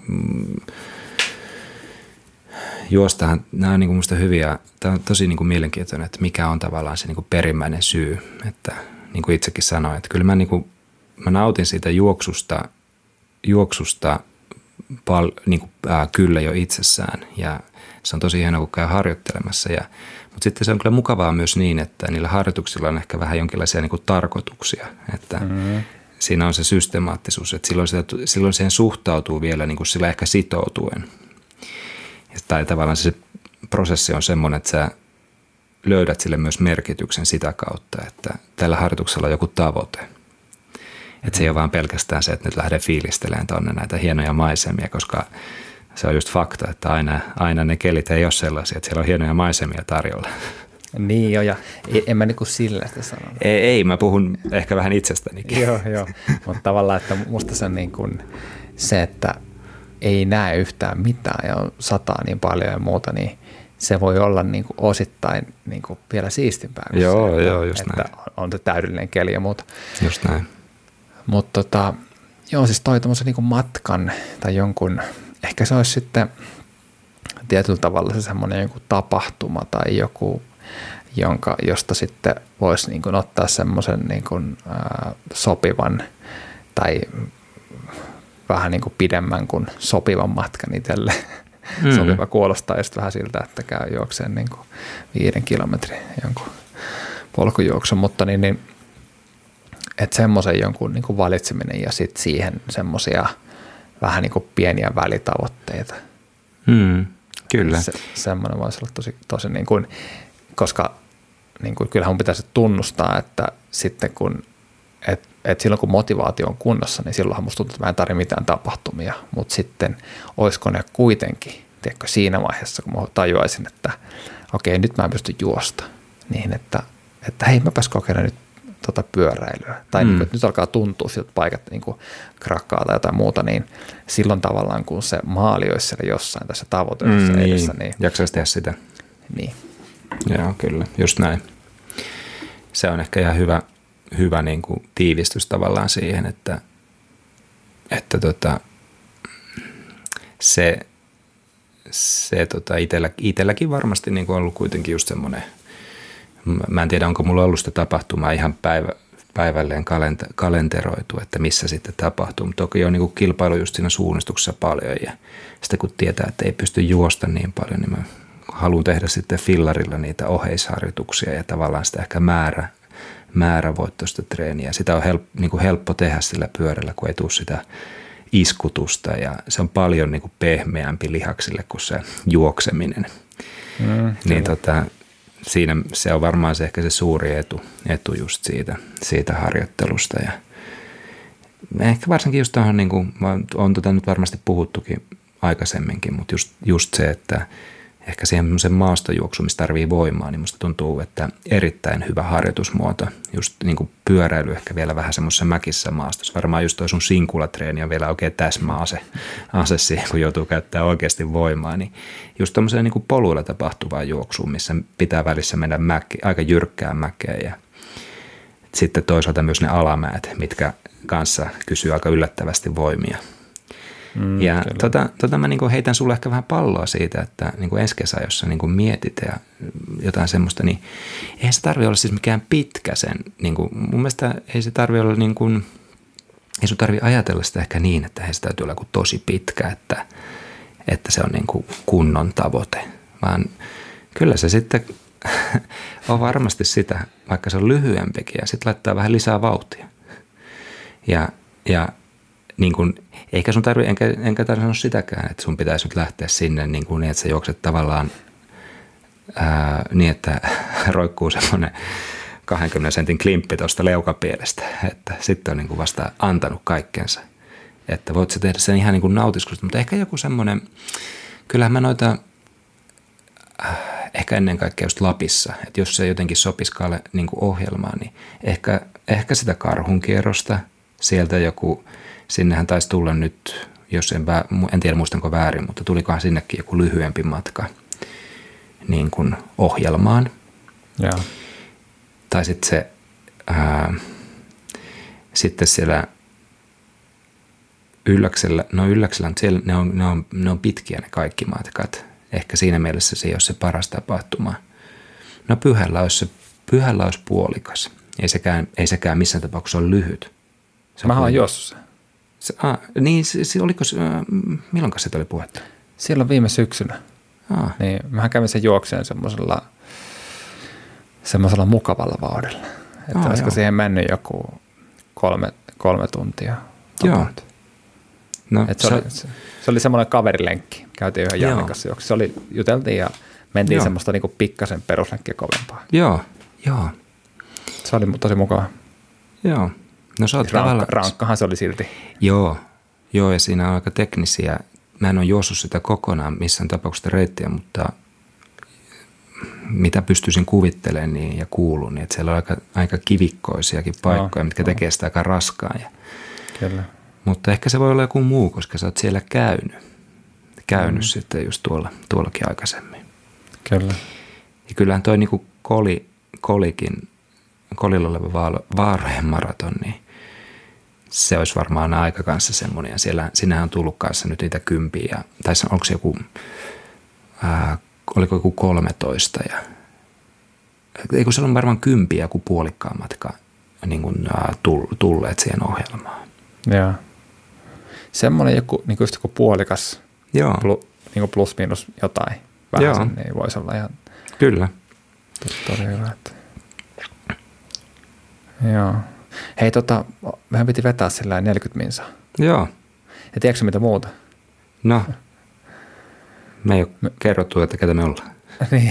juostahan, nämä on niin kuin musta hyviä, tämä on tosi niin kuin mielenkiintoinen, että mikä on tavallaan se niin kuin perimmäinen syy, että niin kuin itsekin sanoin, että kyllä mä nautin siitä juoksusta kyllä jo itsessään ja se on tosi hienoa, kun käy harjoittelemassa, mutta sitten se on kyllä mukavaa myös niin, että niillä harjoituksilla on ehkä vähän jonkinlaisia niin kuin tarkoituksia, että siinä on se systemaattisuus, että silloin siihen suhtautuu vielä niin kuin sillä ehkä sitoutuen. Tai tavallaan se prosessi on semmoinen, että sä löydät sille myös merkityksen sitä kautta, että tällä harjoituksella on joku tavoite. Että se ei ole vaan pelkästään se, että nyt lähden fiilistelemään tuonne näitä hienoja maisemia, koska se on just fakta, että aina ne kelit ei ole sellaisia, että siellä on hienoja maisemia tarjolla. Niin jo, ja en mä niin kuin sillä sitä sanonut. Ei, mä puhun ehkä vähän itsestänikin. Joo, mutta tavallaan, että musta se on niin kuin se, että ei näe yhtään mitään ja sataa niin paljon ja muuta, niin se voi olla niin kuin osittain niin kuin vielä siistimpää. Joo, just että näin. On se täydellinen keli ja muuta. Just näin. Mutta joo, siis toi tommosen niin kuin matkan tai jonkun ehkä se olisi sitten tietyllä tavalla se semmoinen joku tapahtuma tai joku, josta sitten voisi niin kuin ottaa semmoisen niin kuin, sopivan tai vähän niin kuin pidemmän kuin sopivan matkan itselle. Sopiva kuulostaa just vähän siltä, että käy juokseen niin kuin 5 kilometrin jonkun polkujuoksun, mutta niin että semmoisen jonkun niin kuin valitseminen ja sitten siihen semmoisia vähän niin kuin pieniä välitavoitteita. Kyllä. Semmoinen voisi olla tosi niin kuin, koska niin kuin, kyllähän mun pitäisi tunnustaa, että sitten kun et silloin kun motivaatio on kunnossa, niin silloinhan musta tuntuu, että mä en tarvitse mitään tapahtumia, mutta sitten olisiko ne kuitenkin, tiedätkö, siinä vaiheessa, kun mä tajuaisin, että okei, nyt mä en pysty juosta, niin että hei, mäpäs kokeilen nyt pyöräilyä. Tai niin kuin, että nyt alkaa tuntua siltä paikat niin kuin krakkaa tai jotain muuta, niin silloin tavallaan kun se maali olisi siellä jossain tässä tavoitteessa edessä. Niin jaksaisi tehdä sitä. Niin. Joo, kyllä, just näin. Se on ehkä ihan hyvä niin kuin tiivistys tavallaan siihen, että se itselläkin varmasti niin kuin on ollut kuitenkin just semmoinen, mä en tiedä onko mulla ollut sitä tapahtumaa ihan päivälleen kalenteroitu, että missä sitten tapahtuu, mutta toki on niin kuin kilpailu just siinä suunnistuksessa paljon ja sitten kun tietää, että ei pysty juosta niin paljon, niin mä haluan tehdä sitten fillarilla niitä oheisharjoituksia ja tavallaan sitä ehkä määrävoittoista treeniä. Sitä on niin kuin helppo tehdä sillä pyörällä, kun ei tule sitä iskutusta ja se on paljon niin kuin pehmeämpi lihaksille kuin se juokseminen. Niin siinä se on varmaan se ehkä se suuri etu just siitä harjoittelusta. Ja ehkä varsinkin just tuohon, niin kuin on nyt varmasti puhuttukin aikaisemminkin, mutta just se, että ehkä siihen maastojuoksuun, missä tarvii voimaa, niin musta tuntuu, että erittäin hyvä harjoitusmuoto. Just niin kuin pyöräily ehkä vielä vähän semmoisessa mäkissä maastossa. Varmaan just toi sun sinkulatreeni on vielä oikein täsmäase siihen, kun joutuu käyttämään oikeasti voimaa. Niin just tommoseen niin kuin poluilla tapahtuvaan juoksuun, missä pitää välissä mennä aika jyrkkään mäkeen. Ja sitten toisaalta myös ne alamäet, mitkä kanssa kysyy aika yllättävästi voimia. Ja mä niin kuin heitän sulle ehkä vähän palloa siitä, että niin kuin ensi kesä, jos sä niin kuin mietit ja jotain semmoista, niin eihän se tarvitse olla siis mikään pitkä sen. Niin kuin, mun mielestä ei se tarvitse olla niin kuin, ei sun tarvitse ajatella sitä ehkä niin, että se täytyy olla joku tosi pitkä, että se on niin kuin kunnon tavoite. Vaan kyllä se sitten on varmasti sitä, vaikka se on lyhyempikin ja sitten laittaa vähän lisää vauhtia. Ja niin kuin, eikä sun tarvitse, enkä tarvitse sanoa sitäkään, että sun pitäisi nyt lähteä sinne niin, että sä juokset tavallaan niin, että roikkuu semmoinen 20 sentin klimppi tuosta leukapielestä, että sitten on niin kuin vasta antanut kaikkensa. Että voit sä tehdä sen ihan niin kuin nautiskusta, mutta ehkä joku semmoinen, kyllähän mä noita ehkä ennen kaikkea just Lapissa, että jos se jotenkin sopisi niin kuin ohjelmaan, niin ehkä sitä karhunkierrosta, sieltä joku, sinnehän taisi tulla nyt, jos en tiedä muistanko väärin, mutta tulikohan sinnekin joku lyhyempi matka niin kuin ohjelmaan. Ja. Tai sitten se, sitten siellä Ylläksellä, siellä ne on pitkiä ne kaikki matkat. Ehkä siinä mielessä se ei ole se paras tapahtuma. No Pyhällä olisi puolikas. Ei sekään missään tapauksessa ole lyhyt. Mä oon juossut niin, oliko milloinkas se oli puhetta? Silloin viime syksynä. Niin, mähän kävin sen juokseen semmoisella mukavalla vauhdilla. Että olisiko siihen mennyt joku 3 tuntia. Joo. No, se oli semmoinen kaverilenkki. Käytiin yhden Jannin kanssa juoksi. Juteltiin ja mentiin semmoista niinku pikkasen peruslenkkiä kovempaa. Joo. Se oli tosi mukava. Joo. No sä oot rankkahan se oli silti. Joo, ja siinä on aika teknisiä. Mä en ole juossut sitä kokonaan missään tapauksessa reittiä, mutta mitä pystyisin kuvittelemaan niin, ja kuulun, niin että siellä on aika kivikkoisiakin paikkoja, mitkä tekee sitä aika raskaan. Kyllä. Mutta ehkä se voi olla joku muu, koska sä oot siellä käynyt sitten just tuollakin aikaisemmin. Kyllä. Ja kyllähän toi niinku Kolilla oleva Vaarojen maraton, niin se olisi varmaan aika kanssa semmoinen. Ja sinähän on tullut kanssa nyt niitä 10. Tai onko se joku, oliko joku 13. Eikö se ole varmaan 10 joku puolikkaan matka niin kuin, tulleet siihen ohjelmaan. Joo. Semmoinen joku, niin kuin just joku puolikas, joo. Niin kuin plus miinus jotain. Vähän sen, niin voisi olla ihan kyllä. Tosi hyvä. Joo. Hei, mehän piti vetää sillä 40 minsaa. Joo. Ja tiedätkö mitä muuta? No, me ei ole kerrottu, että ketä me ollaan. Niin.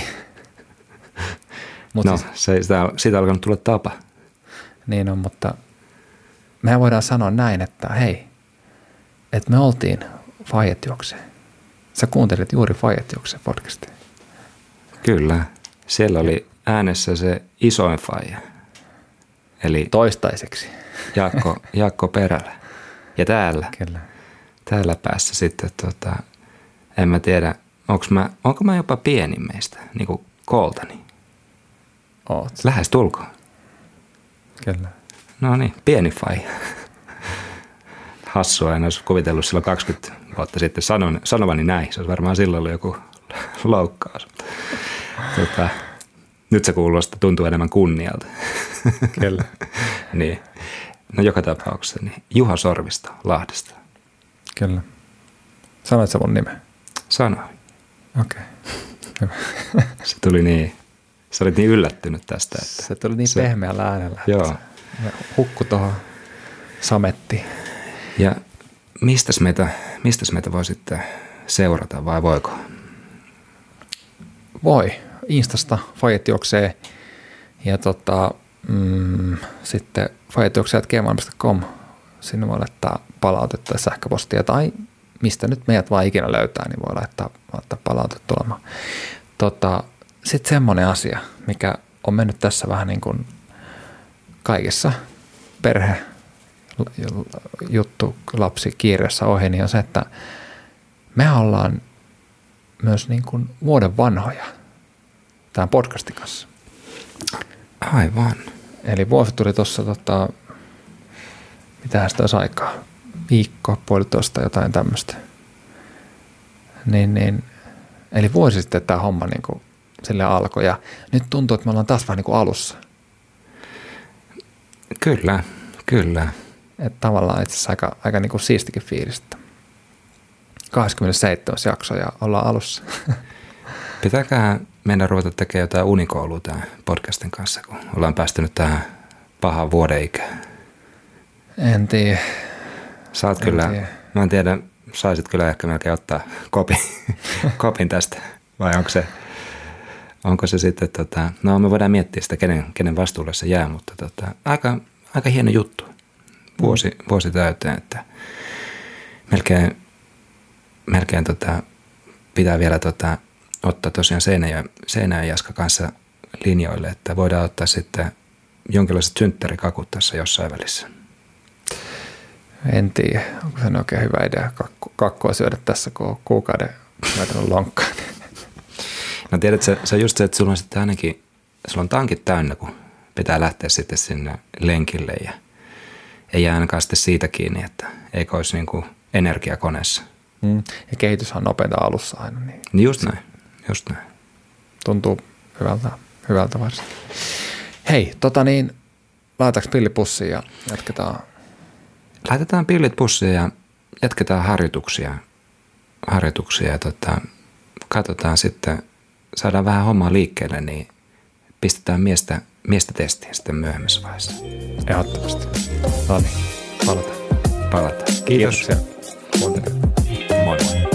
No, siitä on alkanut tulla tapa. Niin on, mutta mehän voidaan sanoa näin, että hei, että me oltiin Faijat juoksee. Sä kuuntelit juuri Faijat juoksee podcastia. Kyllä. Siellä oli äänessä se isoin faija. Eli toistaiseksi. Jaakko Perälä. Ja täällä päässä sitten, en mä tiedä, onko mä jopa pienin meistä, niin kuin kooltani. Oot. Lähes tulkoon. Kyllä. No niin, pieni faija. Hassua, en olisi kuvitellut silloin 20 vuotta sitten sanovani näin. Se olisi varmaan silloin ollut joku loukkaus. Nyt se tuntuu enemmän kunnialta. Kyllä. Niin. No joka tapauksessa, niin Juha Sorvisto Lahdesta. Kyllä. Sanoit sä mun nimen? Sanoin. Okei. Hyvä. Se tuli niin, sä olit niin yllättynyt tästä. Että se tuli niin pehmeällä äänellä. Joo. Hukku tuohon samettiin. Ja mistäs meitä voi sitten seurata vai voiko? Voi. Instasta Faijat juoksee ja sitten fajatjuoksee@gmail.com. Sinne voi laittaa palautetta ja sähköpostia tai mistä nyt meidät vaan ikinä löytää, niin voi laittaa palautetta tulemaan. Sitten semmoinen asia, mikä on mennyt tässä vähän niin kuin kaikessa juttu lapsi kiireessä ohi, niin on se, että me ollaan myös niin kuin vuoden vanhoja tämän podcastin kanssa. Aivan. Eli vuosi tuli tuossa, mitähän sitä olisi aikaa, viikko, puolitoista, jotain tämmöistä. Niin, eli vuosi sitten tämä homma niin kuin sille alkoi ja nyt tuntuu, että me ollaan taas vähän niin kuin alussa. Kyllä. Että tavallaan itse asiassa aika niin kuin siistikin fiilistä. 27. jakso ja ollaan alussa. Pitääköhän meidän ruveta tekemään jotain unikoulua tämän podcastin kanssa, kun ollaan päästynyt tähän pahaan vuoden ikään. En tiedä. Saat kyllä, mä en tiedä, saisit kyllä ehkä melkein ottaa kopin tästä, vai onko se sitten, no me voidaan miettiä sitä, kenen vastuulle se jää, mutta aika hieno juttu. Vuosi täyteen, että melkein pitää vielä ottaa tosiaan Seinäjön ja Jaska kanssa linjoille, että voidaan ottaa sitten jonkinlaiset synttärikakut tässä jossain välissä. En tiedä, onko se oikein hyvä idea kakkua syödä tässä, kun on kuukauden laitanut lonkkaan. No tiedätkö, se on just se, että sulla on sitten ainakin, sulla on tankit täynnä, kun pitää lähteä sitten sinne lenkille ja ei jää ainakaan sitten siitä kiinni, että eikö olisi niin kuin energiakoneessa. Ja kehityshän on nopeinta alussa aina. Niin just näin. Tuntuu hyvältä varsin. Hei, laitetaanko pilli pussiin ja jatketaan? Laitetaan pillit pussiin ja jatketaan harjoituksia ja katsotaan sitten, saadaan vähän hommaa liikkeelle, niin pistetään miestä testiin sitten myöhemmässä vaiheessa. Ehdottomasti. No niin, palataan. Kiitos. Kiitoksia. Moi.